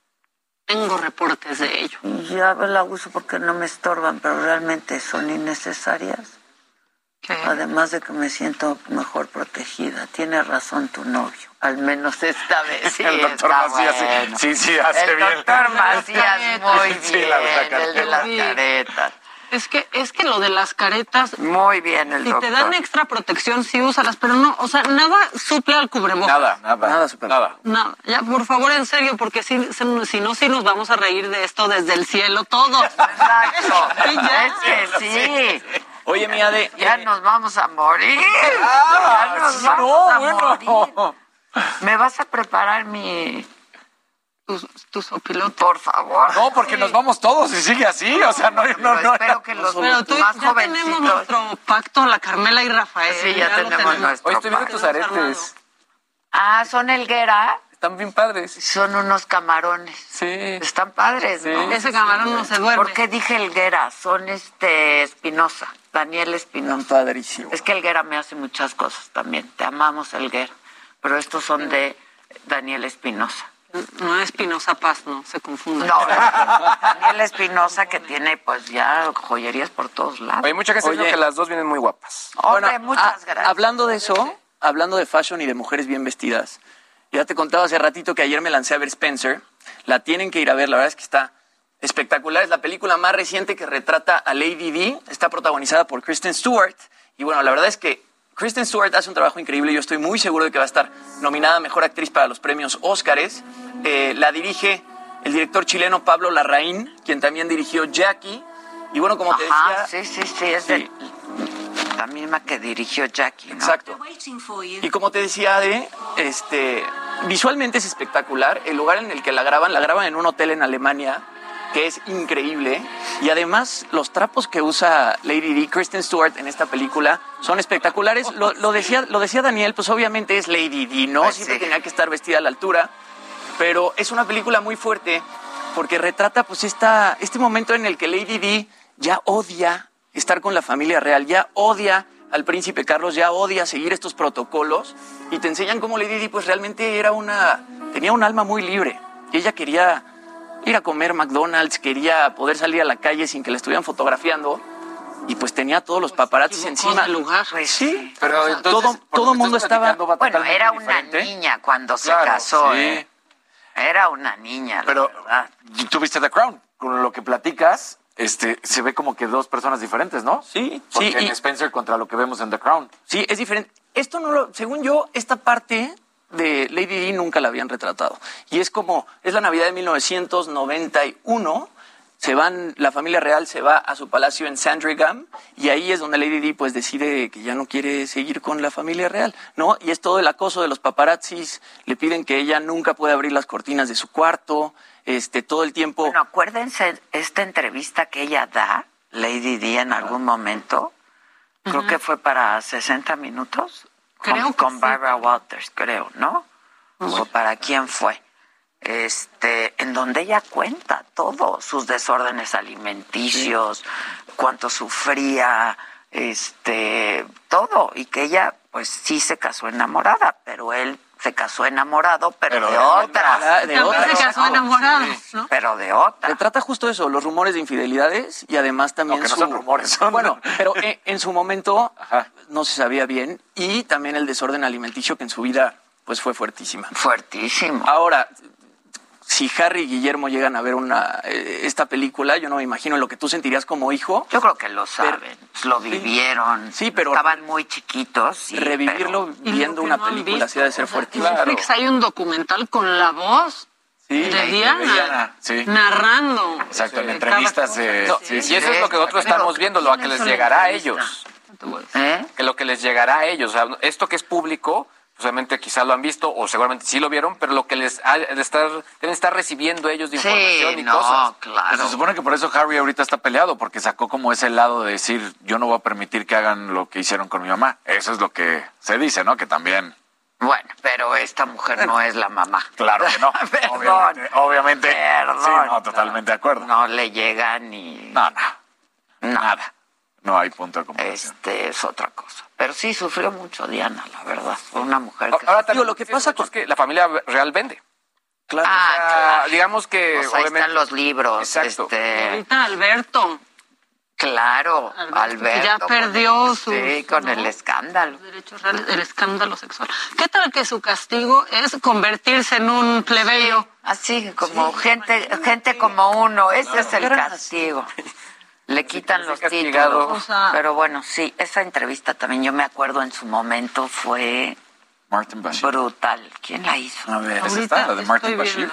Tengo reportes de ello. Ya la uso porque no me estorban, pero realmente son innecesarias. ¿Qué? Además de que me siento mejor protegida. Tiene razón tu novio, al menos esta vez. Sí, el doctor Macías, bueno. sí hace bien. El doctor Macías, muy bien. Sí, la de la el de las caretas. Es que lo de las caretas... Muy bien, el doctor. Si te dan extra protección, sí úsalas, pero no, o sea, nada suple al cubrebocas. Nada suple. Nada. Ya, por favor, en serio, porque si no, sí nos vamos a reír de esto desde el cielo todos. Exacto. Sí, ya. Es que sí. Oye, mi Ade. Ya nos vamos a morir. Ya nos vamos a morir. ¿Me vas a preparar mi tu sopilote. Por favor. No, porque nos vamos todos y sigue así, o sea, no. Espero que los Pero tú más ya jovencitos. tenemos nuestro pacto, la Carmela y Rafael. Sí, ya tenemos nuestro Hoy estoy viendo tus pacto. aretes. Ah, son Helguera. Están bien padres. Son unos camarones. Sí. Están padres, ¿no? Ese camarón no se duerme. ¿Por qué dije Helguera? Son Espinosa, Daniel Espinosa. Están padrísimos. Es que Helguera me hace muchas cosas también. Te amamos, Helguera. Pero estos son de Daniel Espinosa. No es Espinosa Paz, no, se confunde. No, Daniel Espinosa que tiene pues ya joyerías por todos lados. Oye, mucha gente dice que las dos vienen muy guapas. Hombre, muchas gracias. Hablando de eso, hablando de fashion y de mujeres bien vestidas, ya te contaba hace ratito que ayer me lancé a ver Spencer. La tienen que ir a ver, la verdad es que está espectacular. Es la película más reciente que retrata a Lady Di. Está protagonizada por Kristen Stewart. Y bueno, la verdad es que Kristen Stewart hace un trabajo increíble. Yo estoy muy seguro de que va a estar nominada a Mejor Actriz para los premios Óscares. La dirige el director chileno Pablo Larraín, quien también dirigió Jackie. Y bueno, como te decía... Sí, es de la misma que dirigió Jackie, ¿no? Exacto. Y como te decía, Ade, visualmente es espectacular. El lugar en el que la graban en un hotel en Alemania, que es increíble. Y además, los trapos que usa Lady Di, Kristen Stewart, en esta película, son espectaculares. Lo decía Daniel, pues obviamente es Lady Di, ¿no? Pues siempre sí. tenía que estar vestida a la altura. Pero es una película muy fuerte porque retrata pues este momento en el que Lady Di ya odia estar con la familia real, ya odia al príncipe Carlos, ya odia seguir estos protocolos, y te enseñan cómo Lady Di pues realmente tenía un alma muy libre, y ella quería ir a comer McDonald's, quería poder salir a la calle sin que la estuvieran fotografiando, y pues tenía todos los paparazzis encima. Pues sí, pero entonces, todo el mundo estaba... Bueno, era una niña cuando se casó, sí. Era una niña, Pero la verdad. tú viste The Crown, con lo que platicas, se ve como que dos personas diferentes, ¿no? Sí, porque sí. en Spencer contra lo que vemos en The Crown. Sí, es diferente. Según yo, esta parte de Lady Di nunca la habían retratado. Y es la Navidad de 1991, la familia real se va a su palacio en Sandringham, y ahí es donde Lady Di pues decide que ya no quiere seguir con la familia real, ¿no? Y es todo el acoso de los paparazzis, le piden que ella nunca puede abrir las cortinas de su cuarto, todo el tiempo... Bueno, acuérdense esta entrevista que ella da, Lady Di, en algún momento, creo que fue para 60 minutos, con Barbara Walters, creo, ¿no? ¿O para quién fue? En donde ella cuenta todo, sus desórdenes alimenticios, cuánto sufría, todo, y que ella, pues sí se casó enamorada, pero él se casó enamorado, pero de otra. También se casó enamorado, ¿no? Pero de otra. Se trata justo de eso, los rumores de infidelidades, y además también No son rumores, son... Bueno, pero en su momento no se sabía bien, y también el desorden alimenticio, que en su vida pues fue fuertísima. Fuertísimo. Ahora, si Harry y Guillermo llegan a ver esta película, yo no me imagino lo que tú sentirías como hijo. Yo creo que lo saben, lo vivieron. Sí, pero estaban muy chiquitos. Sí, revivirlo viendo una película así ha de ser fuertísimo. En Netflix hay un documental con la voz de Diana, sí. narrando. Exacto, en entrevistas. Y eso es lo que nosotros estamos viendo, lo que les llegará a ellos. Que lo que les llegará a ellos. O sea, esto que es público, obviamente quizás lo han visto o seguramente sí lo vieron, pero lo que deben estar recibiendo ellos de información y cosas. Claro. Pues se supone que por eso Harry ahorita está peleado, porque sacó como ese lado de decir, yo no voy a permitir que hagan lo que hicieron con mi mamá. Eso es lo que se dice, ¿no? Que también... Bueno, pero esta mujer no es la mamá. Claro que no. Obviamente. Perdón. Sí, no, totalmente de acuerdo. No le llega ni... Nada. No hay punto de comparación. Es otra cosa. Pero sí sufrió mucho Diana, la verdad. Fue una mujer que... Ahora, lo que pasa es que la familia real vende. Claro. claro. Digamos que... Pues ahí están los libros. Exacto. Ahorita Alberto. Claro, Alberto. Ya perdió su... Sí, con el escándalo. Derechos reales, el escándalo sexual. ¿Qué tal que su castigo es convertirse en un plebeyo? Así, como gente como uno. Ese es el castigo. Le quitan los títulos. O sea, pero bueno, sí, esa entrevista también yo me acuerdo en su momento fue Martin Bashir. brutal. ¿Quién la hizo? A ver, ¿esa está? ¿La de Martin Bashir?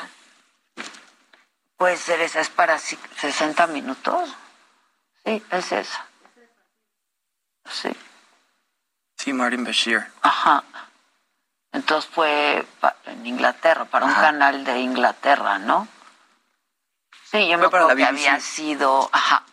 Puede ser esa, es para 60 minutos. Sí, es esa. Sí. Sí, Martin Bashir. Ajá. Entonces fue en Inglaterra, para un canal de Inglaterra, ¿no? Sí, yo me acuerdo que había sido...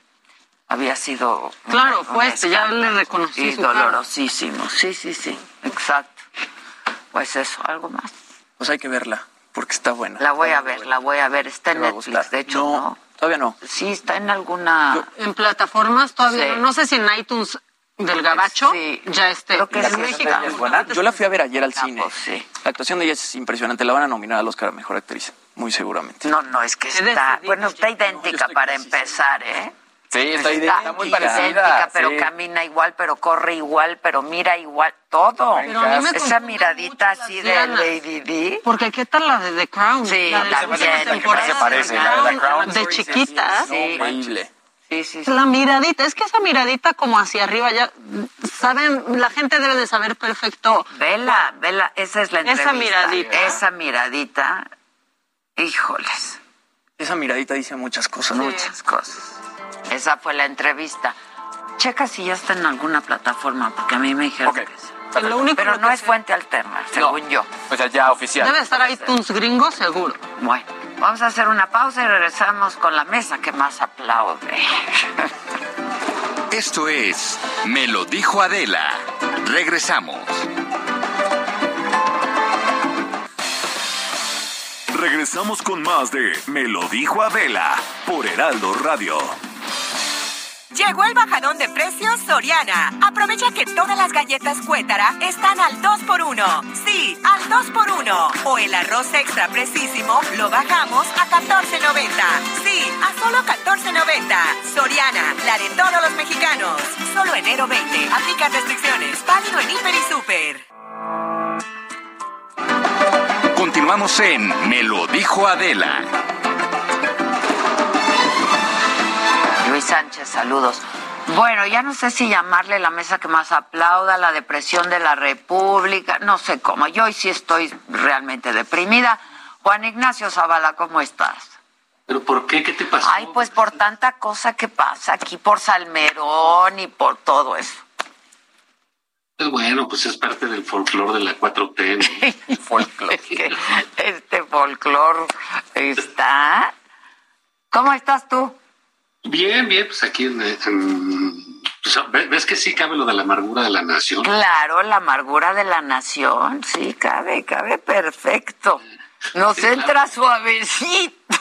Claro, ya le reconocí su dolorosísimo. Sí, exacto. Pues eso, ¿algo más? Pues hay que verla, porque está buena. La voy a ver. Está en Netflix, de hecho, ¿no? Todavía no. Sí, está en alguna... En plataformas todavía no sé si en iTunes del Gabacho ya esté. Creo que en México. Es buena. Yo la fui a ver ayer al cine. Sí. La actuación de ella es impresionante. La van a nominar al Oscar a Mejor Actriz, muy seguramente. No, es que está idéntica para empezar, ¿eh? Sí, está muy parecida. Idéntica, pero camina igual, pero corre igual, pero mira igual, todo. Esa miradita así de Lady Di. Porque ¿qué tal la de The Crown? Sí, se parece, la de The Crown. De chiquita. Sí. Increíble. Sí. La miradita, es que esa miradita como hacia arriba, ya saben, la gente debe de saber perfecto. Vela, esa es la entrevista. Esa miradita, híjoles. Esa miradita dice muchas cosas. Muchas cosas. Esa fue la entrevista. Checa si ya está en alguna plataforma, porque a mí me dijeron que sí. Pero no es fuente alterna, según yo. Pues ya oficial. Debe estar iTunes gringo, seguro. Bueno, vamos a hacer una pausa y regresamos con la mesa que más aplaude. Esto es Me lo dijo Adela. Regresamos. Regresamos con más de Me lo dijo Adela por Heraldo Radio. Llegó el bajadón de precios Soriana. Aprovecha que todas las galletas Cuétara están al 2x1. Sí, al 2x1. O el arroz extra precisísimo lo bajamos a $14.90. Sí, a solo $14.90. Soriana, la de todos los mexicanos. Solo enero 20. Aplica restricciones. Válido en Hiper y Super. Continuamos en Me lo dijo Adela. Luis Sánchez, saludos. Bueno, ya no sé si llamarle la mesa que más aplauda, la depresión de la República, no sé cómo. Yo hoy sí estoy realmente deprimida. Juan Ignacio Zavala, ¿cómo estás? ¿Pero por qué? ¿Qué te pasó? Ay, pues por tanta cosa que pasa aquí, por Salmerón y por todo eso. Pues bueno, pues es parte del folclore de la 4T, ¿no? Folclore. Este folclore está... ¿Cómo estás tú? Bien, pues aquí pues, ¿ves que sí cabe lo de la amargura de la nación? Claro, la amargura de la nación, sí, cabe perfecto. Nos sí, entra claro. Suavecito.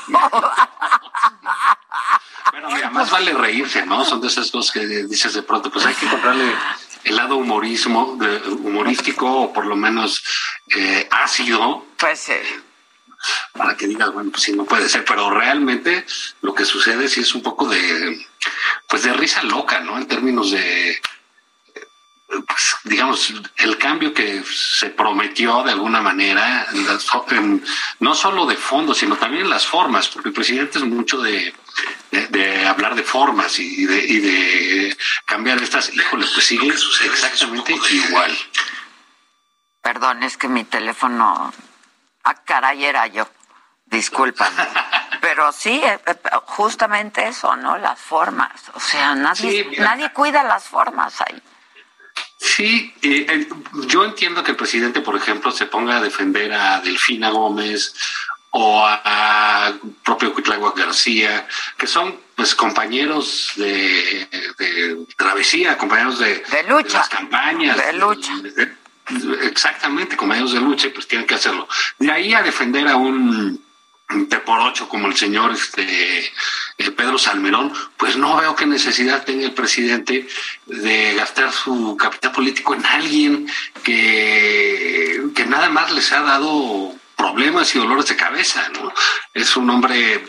Bueno, mira, más vale reírse, ¿no? Son de esas cosas que dices de pronto, pues hay que encontrarle el lado humorístico o por lo menos ácido. Pues para que digas, bueno, pues sí, no puede ser, pero realmente lo que sucede sí es un poco de risa loca, ¿no? En términos de, pues, digamos, el cambio que se prometió de alguna manera, no solo de fondo, sino también en las formas, porque el presidente es mucho de hablar de formas y de cambiar estas, híjole, pues sigue exactamente igual. Perdón, es que mi teléfono... Ah, caray, era yo. Discúlpame. Pero sí, justamente eso, ¿no? Las formas. O sea, nadie cuida las formas ahí. Sí, yo entiendo que el presidente, por ejemplo, se ponga a defender a Delfina Gómez o a propio Cuitláhuac García, que son pues compañeros de travesía, compañeros de lucha, de las campañas. De lucha. Exactamente, compañeros de lucha, pues tienen que hacerlo. De ahí a defender a un T8 como el señor Pedro Salmerón, pues no veo qué necesidad tenga el presidente de gastar su capital político en alguien que nada más les ha dado problemas y dolores de cabeza, ¿no? Es un hombre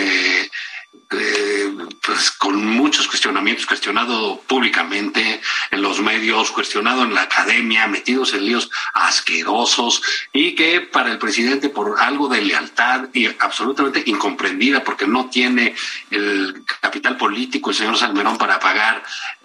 pues con muchos cuestionamientos, cuestionado públicamente en los medios, cuestionado en la academia, metidos en líos asquerosos, y que para el presidente, por algo de lealtad y absolutamente incomprendida, porque no tiene el capital político el señor Salmerón para pagar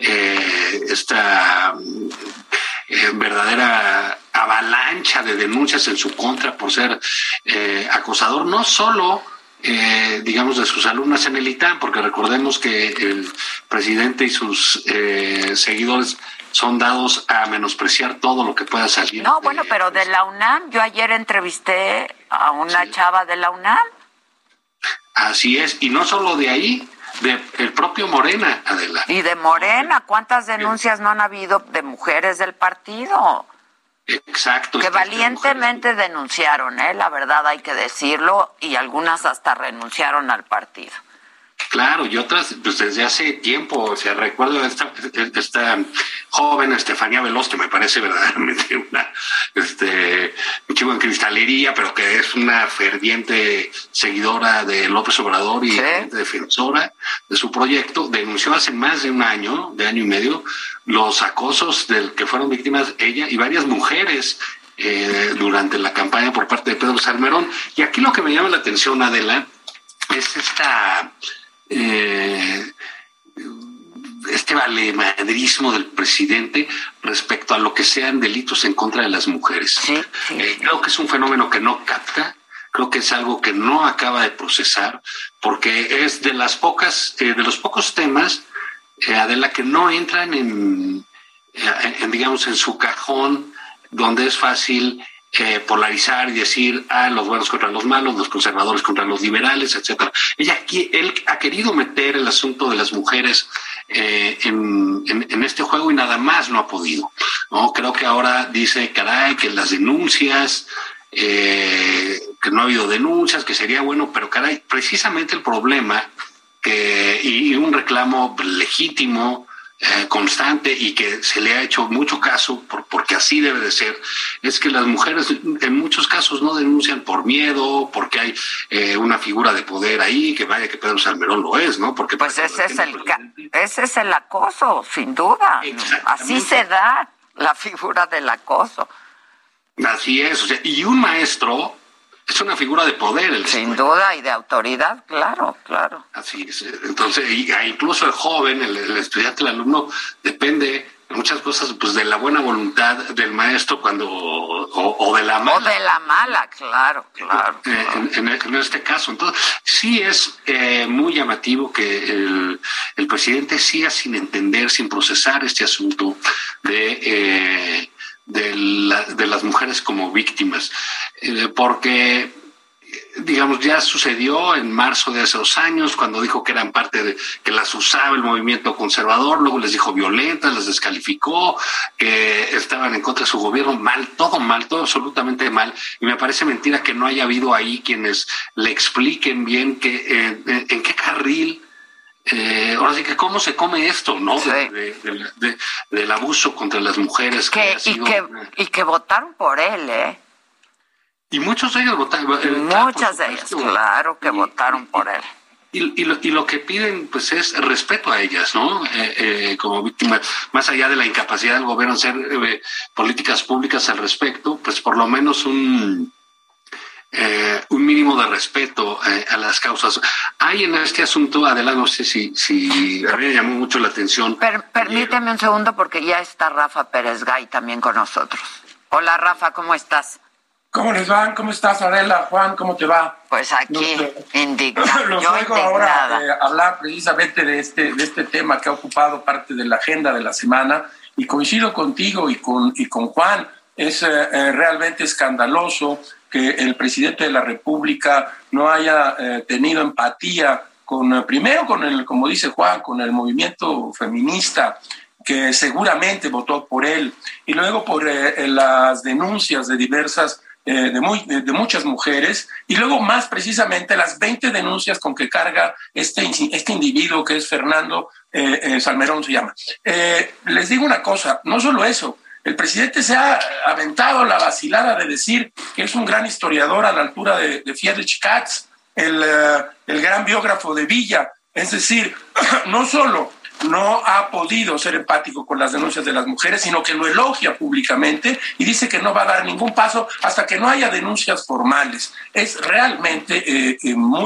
esta verdadera avalancha de denuncias en su contra por ser acosador, no solo digamos de sus alumnas en el ITAM, porque recordemos que el presidente y sus seguidores son dados a menospreciar todo lo que pueda salir. No, bueno, pero de la UNAM, yo ayer entrevisté a una chava de la UNAM. Así es, y no solo de ahí, del propio Morena, Adela. Y de Morena, ¿cuántas denuncias no han habido de mujeres del partido? Exacto. Que valientemente denunciaron, la verdad hay que decirlo, y algunas hasta renunciaron al partido. Claro, y otras, pues desde hace tiempo, o sea, recuerdo esta joven Estefanía Veloz, que me parece verdaderamente un chico en cristalería, pero que es una ferviente seguidora de López Obrador y defensora de su proyecto, denunció hace más de un año, de año y medio, los acosos del que fueron víctimas ella y varias mujeres durante la campaña por parte de Pedro Salmerón. Y aquí lo que me llama la atención, Adela, es este valemadrismo del presidente respecto a lo que sean delitos en contra de las mujeres. Creo que es un fenómeno que no capta, creo que es algo que no acaba de procesar, porque es de los pocos temas, Adela, que no entran en digamos, en su cajón, donde es fácil polarizar y decir los buenos contra los malos, los conservadores contra los liberales, etcétera. Él ha querido meter el asunto de las mujeres en este juego y nada más no ha podido, ¿no? Creo que ahora dice, caray, que las denuncias, que no ha habido denuncias, que sería bueno, pero caray, precisamente el problema y un reclamo legítimo, constante y que se le ha hecho mucho caso porque así debe de ser, es que las mujeres en muchos casos no denuncian por miedo, porque hay una figura de poder ahí, que vaya que Pedro Salmerón lo es, ¿no? Porque pues ese es el acoso, sin duda. Así se da la figura del acoso. Así es, o sea, y un maestro es una figura de poder. Sin duda, y de autoridad, claro. Así es. Entonces, incluso el joven, el estudiante, el alumno, depende de muchas cosas, pues de la buena voluntad del maestro o de la mala. O de la mala, claro. En este caso. Entonces, sí es muy llamativo que el presidente siga sin entender, sin procesar este asunto de las mujeres como víctimas, porque digamos ya sucedió en marzo de hace 2 años cuando dijo que eran parte que las usaba el movimiento conservador, luego les dijo violentas, las descalificó, que estaban en contra de su gobierno, todo absolutamente mal, y me parece mentira que no haya habido ahí quienes le expliquen bien que en qué carril. Ahora sí que cómo se come esto, ¿no? Sí. Del abuso contra las mujeres. Y que votaron por él, Y muchos de ellos votaron. Muchas de ellas, claro que votaron por él. Y lo que piden, pues, es respeto a ellas, ¿no? Como víctimas, más allá de la incapacidad del gobierno de hacer políticas públicas al respecto, pues por lo menos un mínimo de respeto a las causas. Hay en este asunto, Adela, no sé si a mí me llamó mucho la atención. Permíteme un segundo porque ya está Rafa Pérez Gay también con nosotros. Hola, Rafa, ¿cómo estás? ¿Cómo les van? ¿Cmo estás, Adela? Juan, ¿cómo te va? Pues aquí, indignado. Los oigo ahora hablar precisamente de este tema que ha ocupado parte de la agenda de la semana, y coincido contigo y con Juan. Es realmente escandaloso que el presidente de la República no haya tenido empatía primero con el, como dice Juan, con el movimiento feminista, que seguramente votó por él, y luego por las denuncias de diversas de muchas mujeres, y luego más precisamente las 20 denuncias con que carga este individuo que es Fernando Salmerón se llama. Les digo una cosa, no solo eso, el presidente se ha aventado la vacilada de decir que es un gran historiador a la altura de Friedrich Katz, el gran biógrafo de Villa. Es decir, no solo no ha podido ser empático con las denuncias de las mujeres, sino que lo elogia públicamente y dice que no va a dar ningún paso hasta que no haya denuncias formales. Es realmente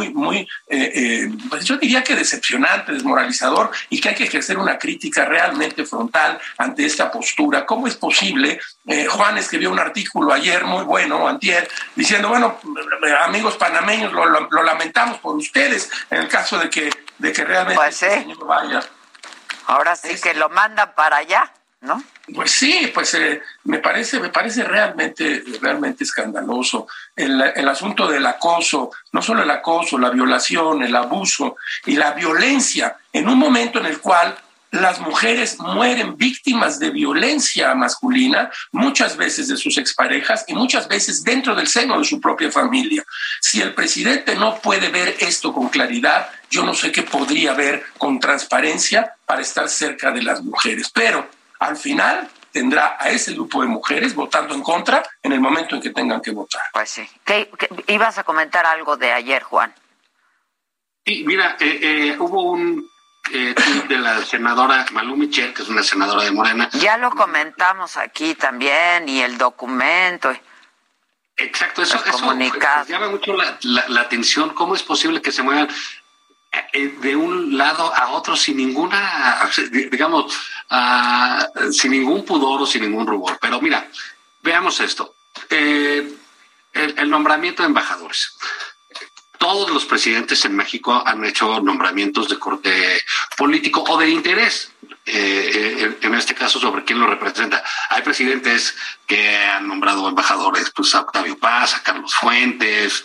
pues yo diría que decepcionante, desmoralizador, y que hay que ejercer una crítica realmente frontal ante esta postura. ¿Cómo es posible? Juan escribió un artículo ayer muy bueno, antier, diciendo, bueno, amigos panameños, lo lamentamos por ustedes en el caso de que realmente pues el señor vaya. Ahora sí que lo mandan para allá, ¿no? Pues sí, me parece realmente escandaloso el asunto del acoso, no solo el acoso, la violación, el abuso y la violencia, en un momento en el cual las mujeres mueren víctimas de violencia masculina, muchas veces de sus exparejas y muchas veces dentro del seno de su propia familia. Si el presidente no puede ver esto con claridad, yo no sé qué podría ver con transparencia para estar cerca de las mujeres. Pero al final tendrá a ese grupo de mujeres votando en contra en el momento en que tengan que votar. Pues sí. ¿Qué ibas a comentar algo de ayer, Juan? Sí, mira, hubo un tuit de la senadora Malú Michel, que es una senadora de Morena. Ya lo comentamos aquí también, y el documento. Exacto, eso llama mucho la atención. ¿Cómo es posible que se muevan de un lado a otro sin ninguna, digamos, sin ningún pudor o sin ningún rubor? Pero mira, veamos esto. El nombramiento de embajadores. Todos los presidentes en México han hecho nombramientos de corte político o de interés, en este caso sobre quién lo representa. Hay presidentes que han nombrado embajadores, pues a Octavio Paz, a Carlos Fuentes,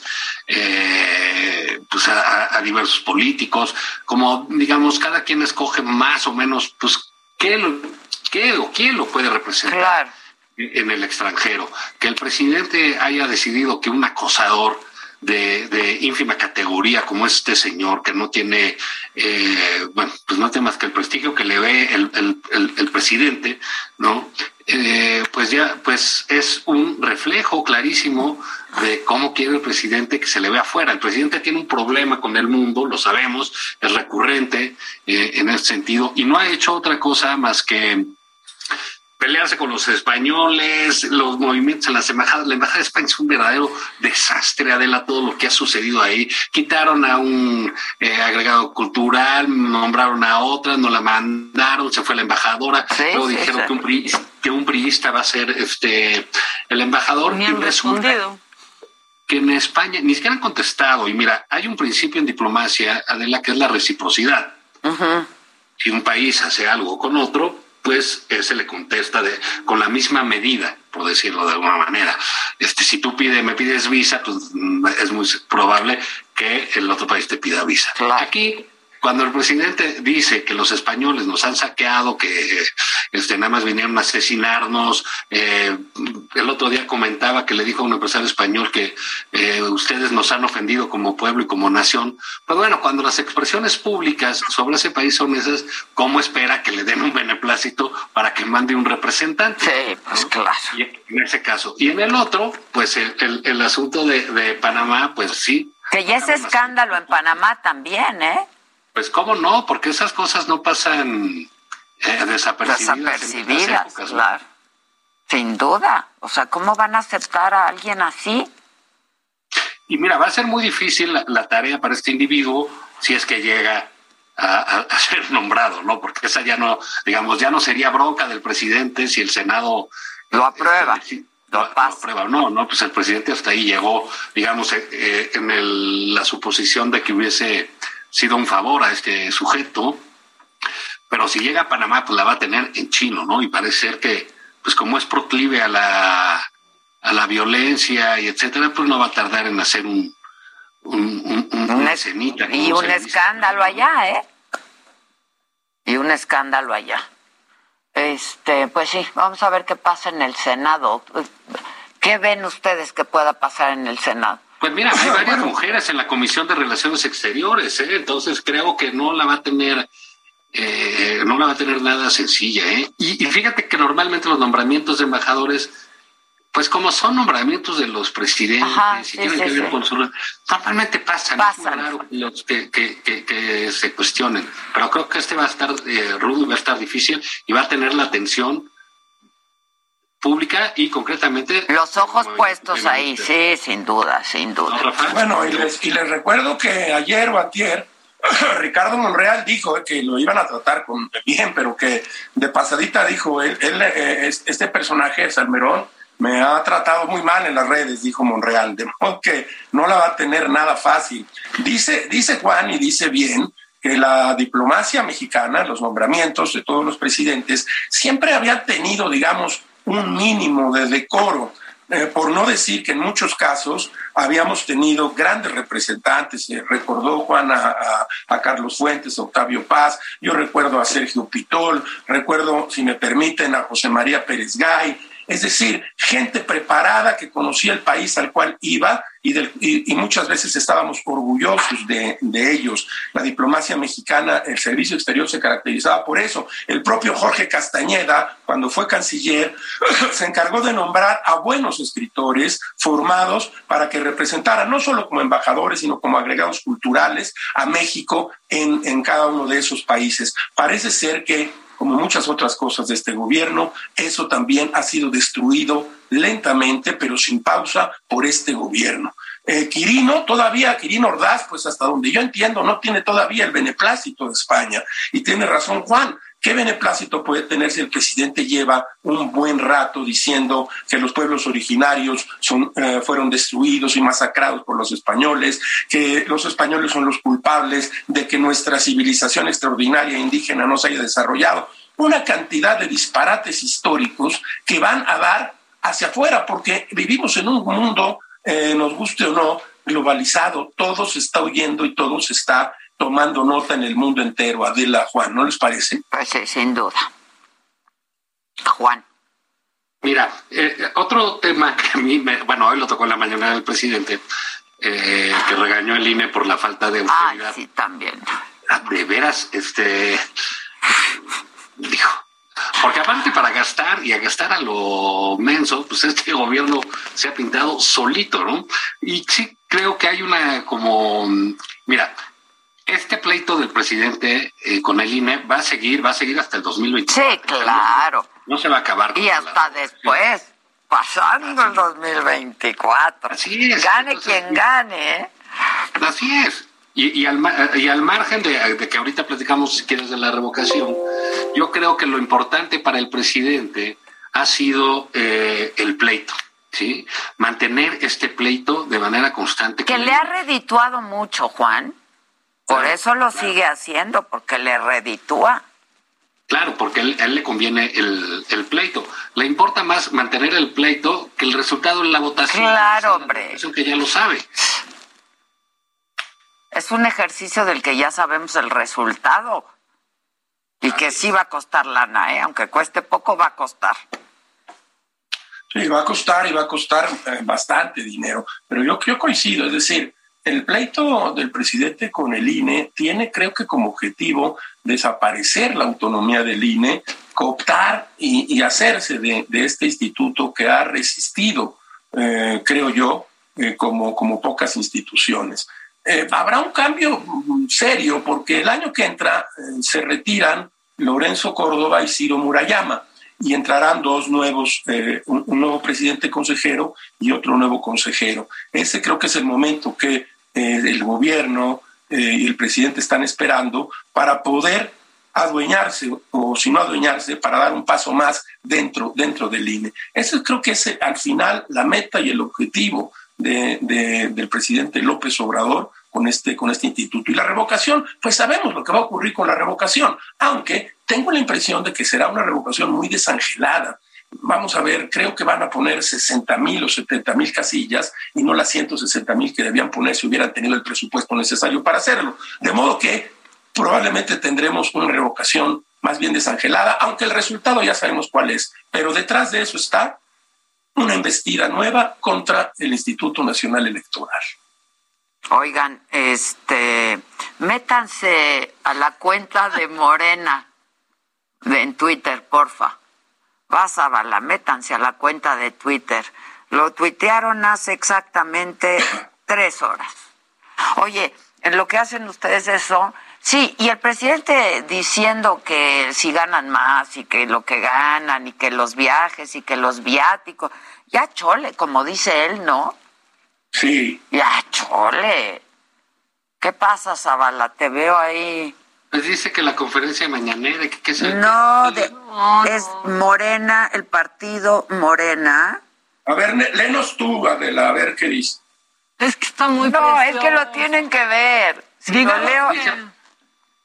pues a diversos políticos, como digamos, cada quien escoge más o menos, pues quién lo puede representar. Claro. En el extranjero. Que el presidente haya decidido que un acosador de ínfima categoría como este señor, que no tiene pues no tiene más que el prestigio que le ve el presidente, ¿no? Pues es un reflejo clarísimo de cómo quiere el presidente que se le vea afuera. El presidente tiene un problema con el mundo, lo sabemos, es recurrente en ese sentido, y no ha hecho otra cosa más que pelearse con los españoles, los movimientos en las embajadas. La embajada de España es un verdadero desastre, Adela, todo lo que ha sucedido ahí. Quitaron a un agregado cultural, nombraron a otra, no la mandaron, se fue la embajadora, luego dijeron que un priista va a ser el embajador. Ni han respondido. Que en España ni siquiera han contestado. Y mira, hay un principio en diplomacia, Adela, que es la reciprocidad. Uh-huh. Si un país hace algo con otro, pues se le contesta con la misma medida, por decirlo de alguna manera. Si tú me pides visa, pues es muy probable que el otro país te pida visa. Claro. Aquí, cuando el presidente dice que los españoles nos han saqueado, que nada más vinieron a asesinarnos, el otro día comentaba que le dijo a un empresario español que ustedes nos han ofendido como pueblo y como nación. Pues bueno, cuando las expresiones públicas sobre ese país son esas, ¿cómo espera que le den un beneplácito para que mande un representante? Sí, pues claro. Y en ese caso. Y en el otro, pues el asunto de Panamá, pues sí. Que ya es escándalo en Panamá también, ¿eh? Pues cómo no, porque esas cosas no pasan desapercibidas, claro. Sin duda. O sea, ¿cómo van a aceptar a alguien así? Y mira, va a ser muy difícil la tarea para este individuo si es que llega a ser nombrado, ¿no? Porque esa ya no, digamos, ya no sería bronca del presidente si el Senado lo aprueba. Lo aprueba. No, pues el presidente hasta ahí llegó, digamos, en la suposición de que hubiese sido un favor a este sujeto, pero si llega a Panamá, pues la va a tener en chino, ¿no? Y parece ser que, pues como es proclive a la violencia y etcétera, pues no va a tardar en hacer una escenita. Y un escándalo allá, ¿eh? Y un escándalo allá. Pues sí, vamos a ver qué pasa en el Senado. ¿Qué ven ustedes que pueda pasar en el Senado? Pues mira, hay varias mujeres en la Comisión de Relaciones Exteriores, entonces creo que no la va a tener nada sencilla, Y fíjate que normalmente los nombramientos de embajadores, pues como son nombramientos de los presidentes, y tienen que ver con su... Normalmente pasan. Es muy raro que se cuestionen, pero creo que va a estar rudo, va a estar difícil y va a tener la atención pública y concretamente los ojos puestos ahí, sí, sin duda. ¿No, bueno, y les recuerdo que ayer o antier Ricardo Monreal dijo que lo iban a tratar bien, pero que de pasadita dijo este personaje, Salmerón, me ha tratado muy mal en las redes, dijo Monreal, de modo que no la va a tener nada fácil. Dice Juan, y dice bien, que la diplomacia mexicana, los nombramientos de todos los presidentes, siempre habían tenido, digamos, un mínimo de decoro. Por no decir que en muchos casos habíamos tenido grandes representantes. Recordó Juan a Carlos Fuentes, a Octavio Paz, yo recuerdo a Sergio Pitol, recuerdo, si me permiten, a José María Pérez Gay. Es decir, gente preparada que conocía el país al cual iba y muchas veces estábamos orgullosos de ellos. La diplomacia mexicana, el servicio exterior se caracterizaba por eso. El propio Jorge Castañeda, cuando fue canciller, se encargó de nombrar a buenos escritores formados para que representaran no solo como embajadores, sino como agregados culturales a México en cada uno de esos países. Parece ser que, como muchas otras cosas de este gobierno, eso también ha sido destruido lentamente, pero sin pausa, por este gobierno. Quirino Ordaz, pues hasta donde yo entiendo, no tiene todavía el beneplácito de España. Y tiene razón Juan. ¿Qué beneplácito puede tener si el presidente lleva un buen rato diciendo que los pueblos originarios fueron destruidos y masacrados por los españoles, que los españoles son los culpables de que nuestra civilización extraordinaria indígena no se haya desarrollado? Una cantidad de disparates históricos que van a dar hacia afuera, porque vivimos en un mundo, nos guste o no, globalizado. Todo se está oyendo y todo se está tomando nota en el mundo entero. Adela, Juan, ¿no les parece? Pues sí, sin duda. Juan. Mira, otro tema que a mí, hoy lo tocó en la mañana del presidente, que regañó el INE por la falta de autoridad. Ah, sí, también. De veras, dijo, porque aparte para gastar y a gastar a lo menso, pues este gobierno se ha pintado solito, ¿no? Y sí creo que hay mira, este pleito del presidente con el INE va a seguir hasta el 2024. Sí, claro. No se va a acabar. Y hasta después, pasando el 2024. Así es. Gane quien gane, ¿eh? Así es. Y al margen de que ahorita platicamos, si quieres, de la revocación, yo creo que lo importante para el presidente ha sido el pleito, ¿sí? Mantener este pleito de manera constante. Que le ha redituado mucho, Juan. Por eso lo sigue haciendo, porque le reditúa. Claro, porque a él le conviene el pleito. Le importa más mantener el pleito que el resultado de la votación. Claro, hombre. Eso que ya lo sabe. Es un ejercicio del que ya sabemos el resultado. Y que sí va a costar lana, ¿eh? Aunque cueste poco, va a costar. Sí, va a costar y va a costar bastante dinero. Pero yo coincido, es decir, el pleito del presidente con el INE tiene, creo que como objetivo, desaparecer la autonomía del INE, cooptar y hacerse de este instituto que ha resistido, creo yo, como pocas instituciones. Habrá un cambio serio porque el año que entra se retiran Lorenzo Córdoba y Ciro Murayama y entrarán dos nuevos, un nuevo presidente consejero y otro nuevo consejero. Ese creo que es el momento que el gobierno y el presidente están esperando para poder adueñarse, o si no adueñarse, para dar un paso más dentro del INE. Eso creo que es al final la meta y el objetivo del presidente López Obrador con este instituto. Y la revocación, pues sabemos lo que va a ocurrir con la revocación, aunque tengo la impresión de que será una revocación muy desangelada. Vamos a ver, creo que van a poner 60,000 o 70,000 casillas y no las 160,000 que debían poner si hubieran tenido el presupuesto necesario para hacerlo. De modo que probablemente tendremos una revocación más bien desangelada, aunque el resultado ya sabemos cuál es. Pero detrás de eso está una embestida nueva contra el Instituto Nacional Electoral. Oigan, métanse a la cuenta de Morena en Twitter, porfa. Zavala, métanse a la cuenta de Twitter. Lo tuitearon hace exactamente 3 horas. Oye, en lo que hacen ustedes eso, sí, y el presidente diciendo que si ganan más y que lo que ganan y que los viajes y que los viáticos, ya chole, como dice él, ¿no? Sí. Ya chole. ¿Qué pasa, Zavala? Te veo ahí. Pues dice que la conferencia mañanera, que es Morena, el partido Morena. A ver, léenos tú, Adela, a ver qué dice. Es que está muy No, precioso. es que lo tienen que ver. Si lo leo,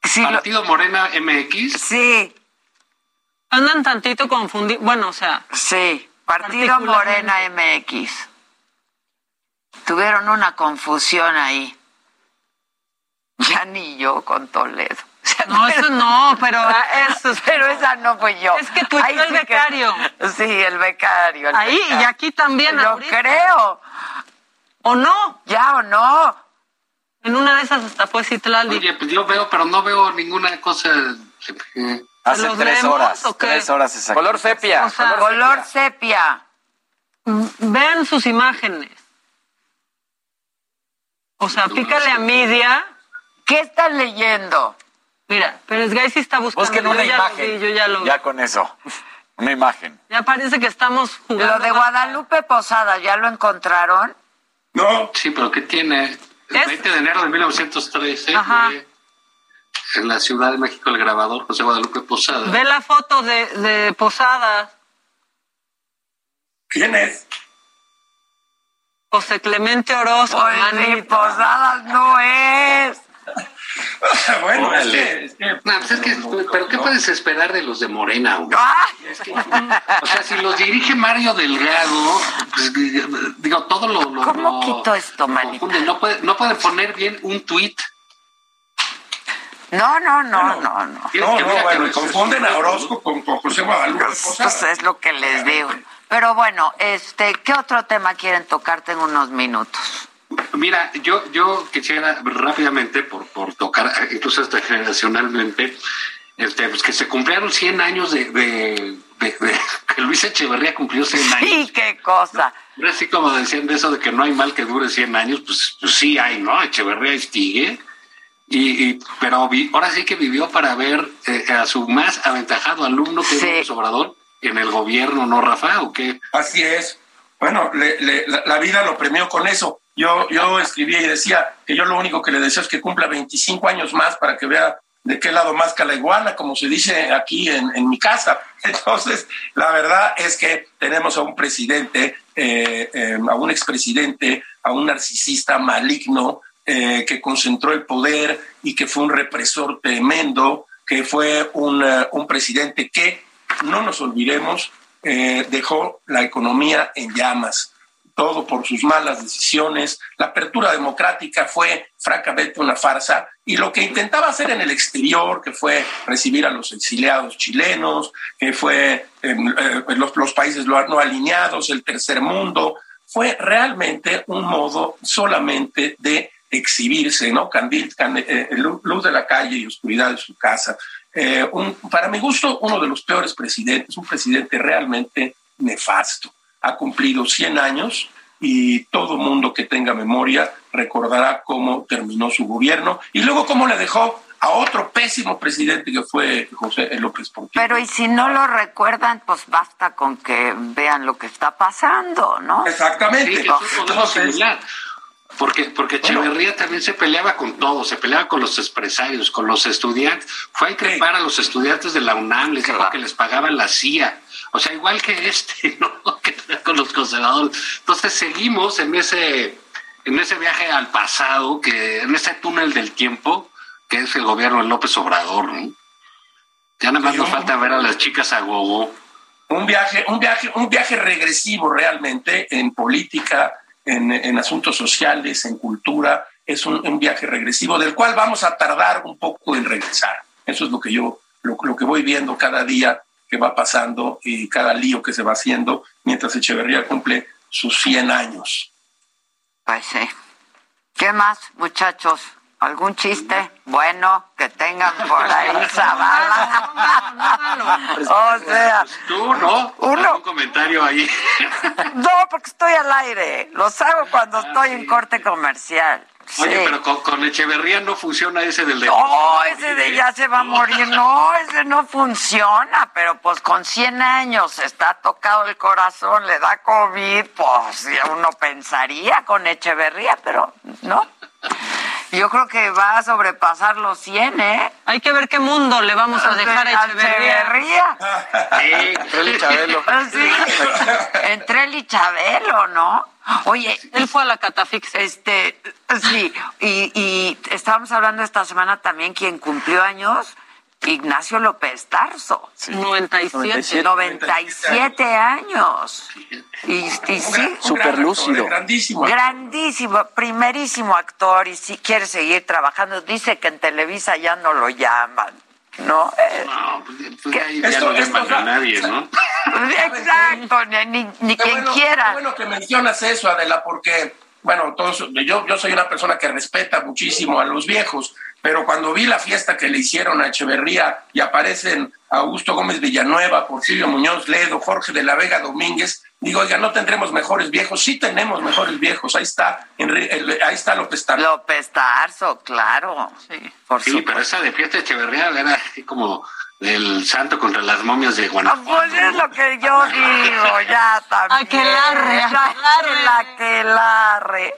Sí, ¿Partido Morena MX? Sí. Andan tantito confundidos. Bueno, o sea. Sí, Partido Morena MX. Tuvieron una confusión ahí. Ya ni yo con Toledo. No, eso no, pero pero esa no fui yo. Es que tuiteó el becario. Sí, el becario. Ahí becario. Y aquí también. Lo creo. ¿O no? ¿Ya o no? En una de esas hasta fue Citlali. Oye, pues yo veo, pero no veo ninguna cosa. Hace 3 horas. ¿O qué? 3 horas exacto. Color sepia. O sea, color sepia. Vean sus imágenes. O sea, pícale a media. ¿Qué estás leyendo? Mira, Pérez Gay sí está buscando. Busquen una imagen. Yo ya lo vi. Ya con eso. Una imagen. Ya parece que estamos jugando. Lo de Guadalupe Posada, ¿ya lo encontraron? No. Sí, pero ¿qué tiene? El 20 de enero de 1913, en la Ciudad de México, el grabador José Guadalupe Posada. Ve la foto de Posada. ¿Quién es? José Clemente Orozco. Pues ni Posadas no es. Bueno, pero ¿qué puedes esperar de los de Morena? Es que, o sea, si los dirige Mario Delgado, pues, digo, todo lo ¿Cómo quito esto, manita? No pueden poner bien un tuit. No. Bueno, confunden a Orozco con José Guadalupe Posada. Pues es lo que les digo. Pero bueno, ¿qué otro tema quieren tocar? Tengo unos minutos. Mira, yo quisiera rápidamente, por tocar, incluso hasta generacionalmente, pues que se cumplieron 100 años de que Luis Echeverría cumplió 100 años. Sí, qué cosa. Así como decían de eso de que no hay mal que dure 100 años, pues sí hay, ¿no? Echeverría sigue. Pero ahora sí que vivió para ver a su más aventajado alumno, que es López Obrador, en el gobierno, ¿no, Rafa? ¿O qué? Así es. Bueno, la vida lo premió con eso. Yo escribía y decía que yo lo único que le deseo es que cumpla 25 años más para que vea de qué lado más la iguana, como se dice aquí en mi casa. Entonces, la verdad es que tenemos a un presidente, a un expresidente, a un narcisista maligno, que concentró el poder y que fue un represor tremendo, que fue un presidente que, no nos olvidemos, dejó la economía en llamas. Todo por sus malas decisiones. La apertura democrática fue francamente una farsa, y lo que intentaba hacer en el exterior, que fue recibir a los exiliados chilenos, que fue los países no alineados, el tercer mundo, fue realmente un modo solamente de exhibirse, ¿no? Luz de la calle y oscuridad de su casa. Para mi gusto, uno de los peores presidentes, un presidente realmente nefasto. Ha cumplido 100 años y todo mundo que tenga memoria recordará cómo terminó su gobierno y luego cómo le dejó a otro pésimo presidente que fue José López Portillo. Pero y si no lo recuerdan, pues basta con que vean lo que está pasando, ¿no? Exactamente. Sí, Porque Echeverría también se peleaba con todo, se peleaba con los empresarios, con los estudiantes. Fue a increpar a los estudiantes de la UNAM, les dijo que les pagaban la CIA. O sea, igual que ¿no? Que con los conservadores. Entonces seguimos en ese viaje al pasado, en ese túnel del tiempo, que es el gobierno de López Obrador, ¿no? Ya nada más nos falta ver a las chicas a gogo. Un viaje regresivo realmente en política, en asuntos sociales, en cultura. Es un viaje regresivo del cual vamos a tardar un poco en regresar. Eso es lo que lo que voy viendo cada día que va pasando y cada lío que se va haciendo mientras Echeverría cumple sus 100 años. Pues sí. ¿Qué más, muchachos? ¿Algún chiste bueno que tengan por ahí, Zavala? O sea, tú, ¿no? ¿Un comentario ahí? No, porque estoy al aire. Los hago cuando estoy en corte comercial. Oye, pero con Echeverría no funciona ese del de... No, ese de ya se va a morir. No, ese no funciona. Pero pues con 100 años está tocado el corazón, le da COVID, pues ya uno pensaría con Echeverría, pero no. Yo creo que va a sobrepasar los 100, ¿eh? Hay que ver qué mundo le vamos a dejar a Echeverría. Sí, entre él y Chabelo. Sí, entre él y Chabelo, ¿no? Oye, él fue a la catafixia. Sí, y estábamos hablando esta semana también quien cumplió años, Ignacio López Tarso. Sí. 97 años. Y sí, súper lúcido. Grandísimo, primerísimo actor, y si quiere seguir trabajando, dice que en Televisa ya no lo llaman. No, pues ahí ya no llaman a nadie, ¿no? Exacto, ni quien quiera. Qué bueno que mencionas eso, Adela, porque, bueno, yo soy una persona que respeta muchísimo a los viejos, pero cuando vi la fiesta que le hicieron a Echeverría y aparecen Augusto Gómez Villanueva, Porfirio Muñoz Ledo, Jorge de la Vega Domínguez, digo, oiga, no tendremos mejores viejos. Sí tenemos mejores viejos. Ahí está López Tarso. López Tarso, claro. Sí, pero esa de fiesta de Echeverría era así como del santo contra las momias de Guanajuato. Pues es lo que yo digo, ya también. Aquelarre.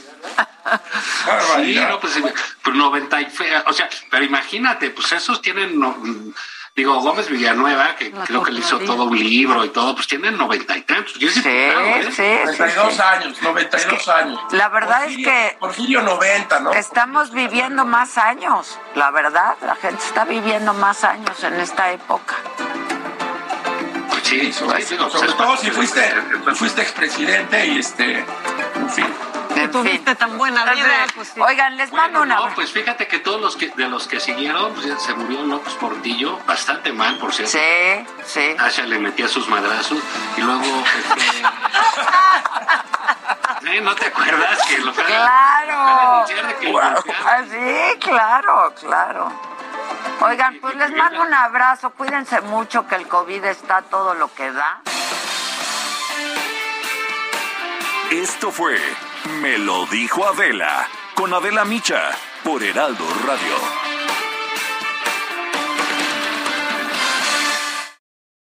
Sí, no, pues 90 o sea, pero imagínate, pues esos tienen, Gómez Villanueva, que creo que le hizo todo un libro y todo, pues tienen 90 y tantos. Sí, 92 años. La verdad es que Porfirio 90, ¿no? Estamos viviendo más años, la verdad, la gente está viviendo más años en esta época. Pues sí, sobre todo si fuiste expresidente y en fin. Tuviste tan buena vida. Pues, sí. Oigan, les mando una. No, pues fíjate que todos de los que siguieron, pues, se murió López Portillo, bastante mal, por cierto. Sí. Asha le metía sus madrazos y luego. ¿No te acuerdas que lo Claro. Sí, claro. Oigan, pues les mando un abrazo. Cuídense mucho, que el COVID está todo lo que da. Esto fue Me lo dijo Adela, con Adela Micha, por Heraldo Radio.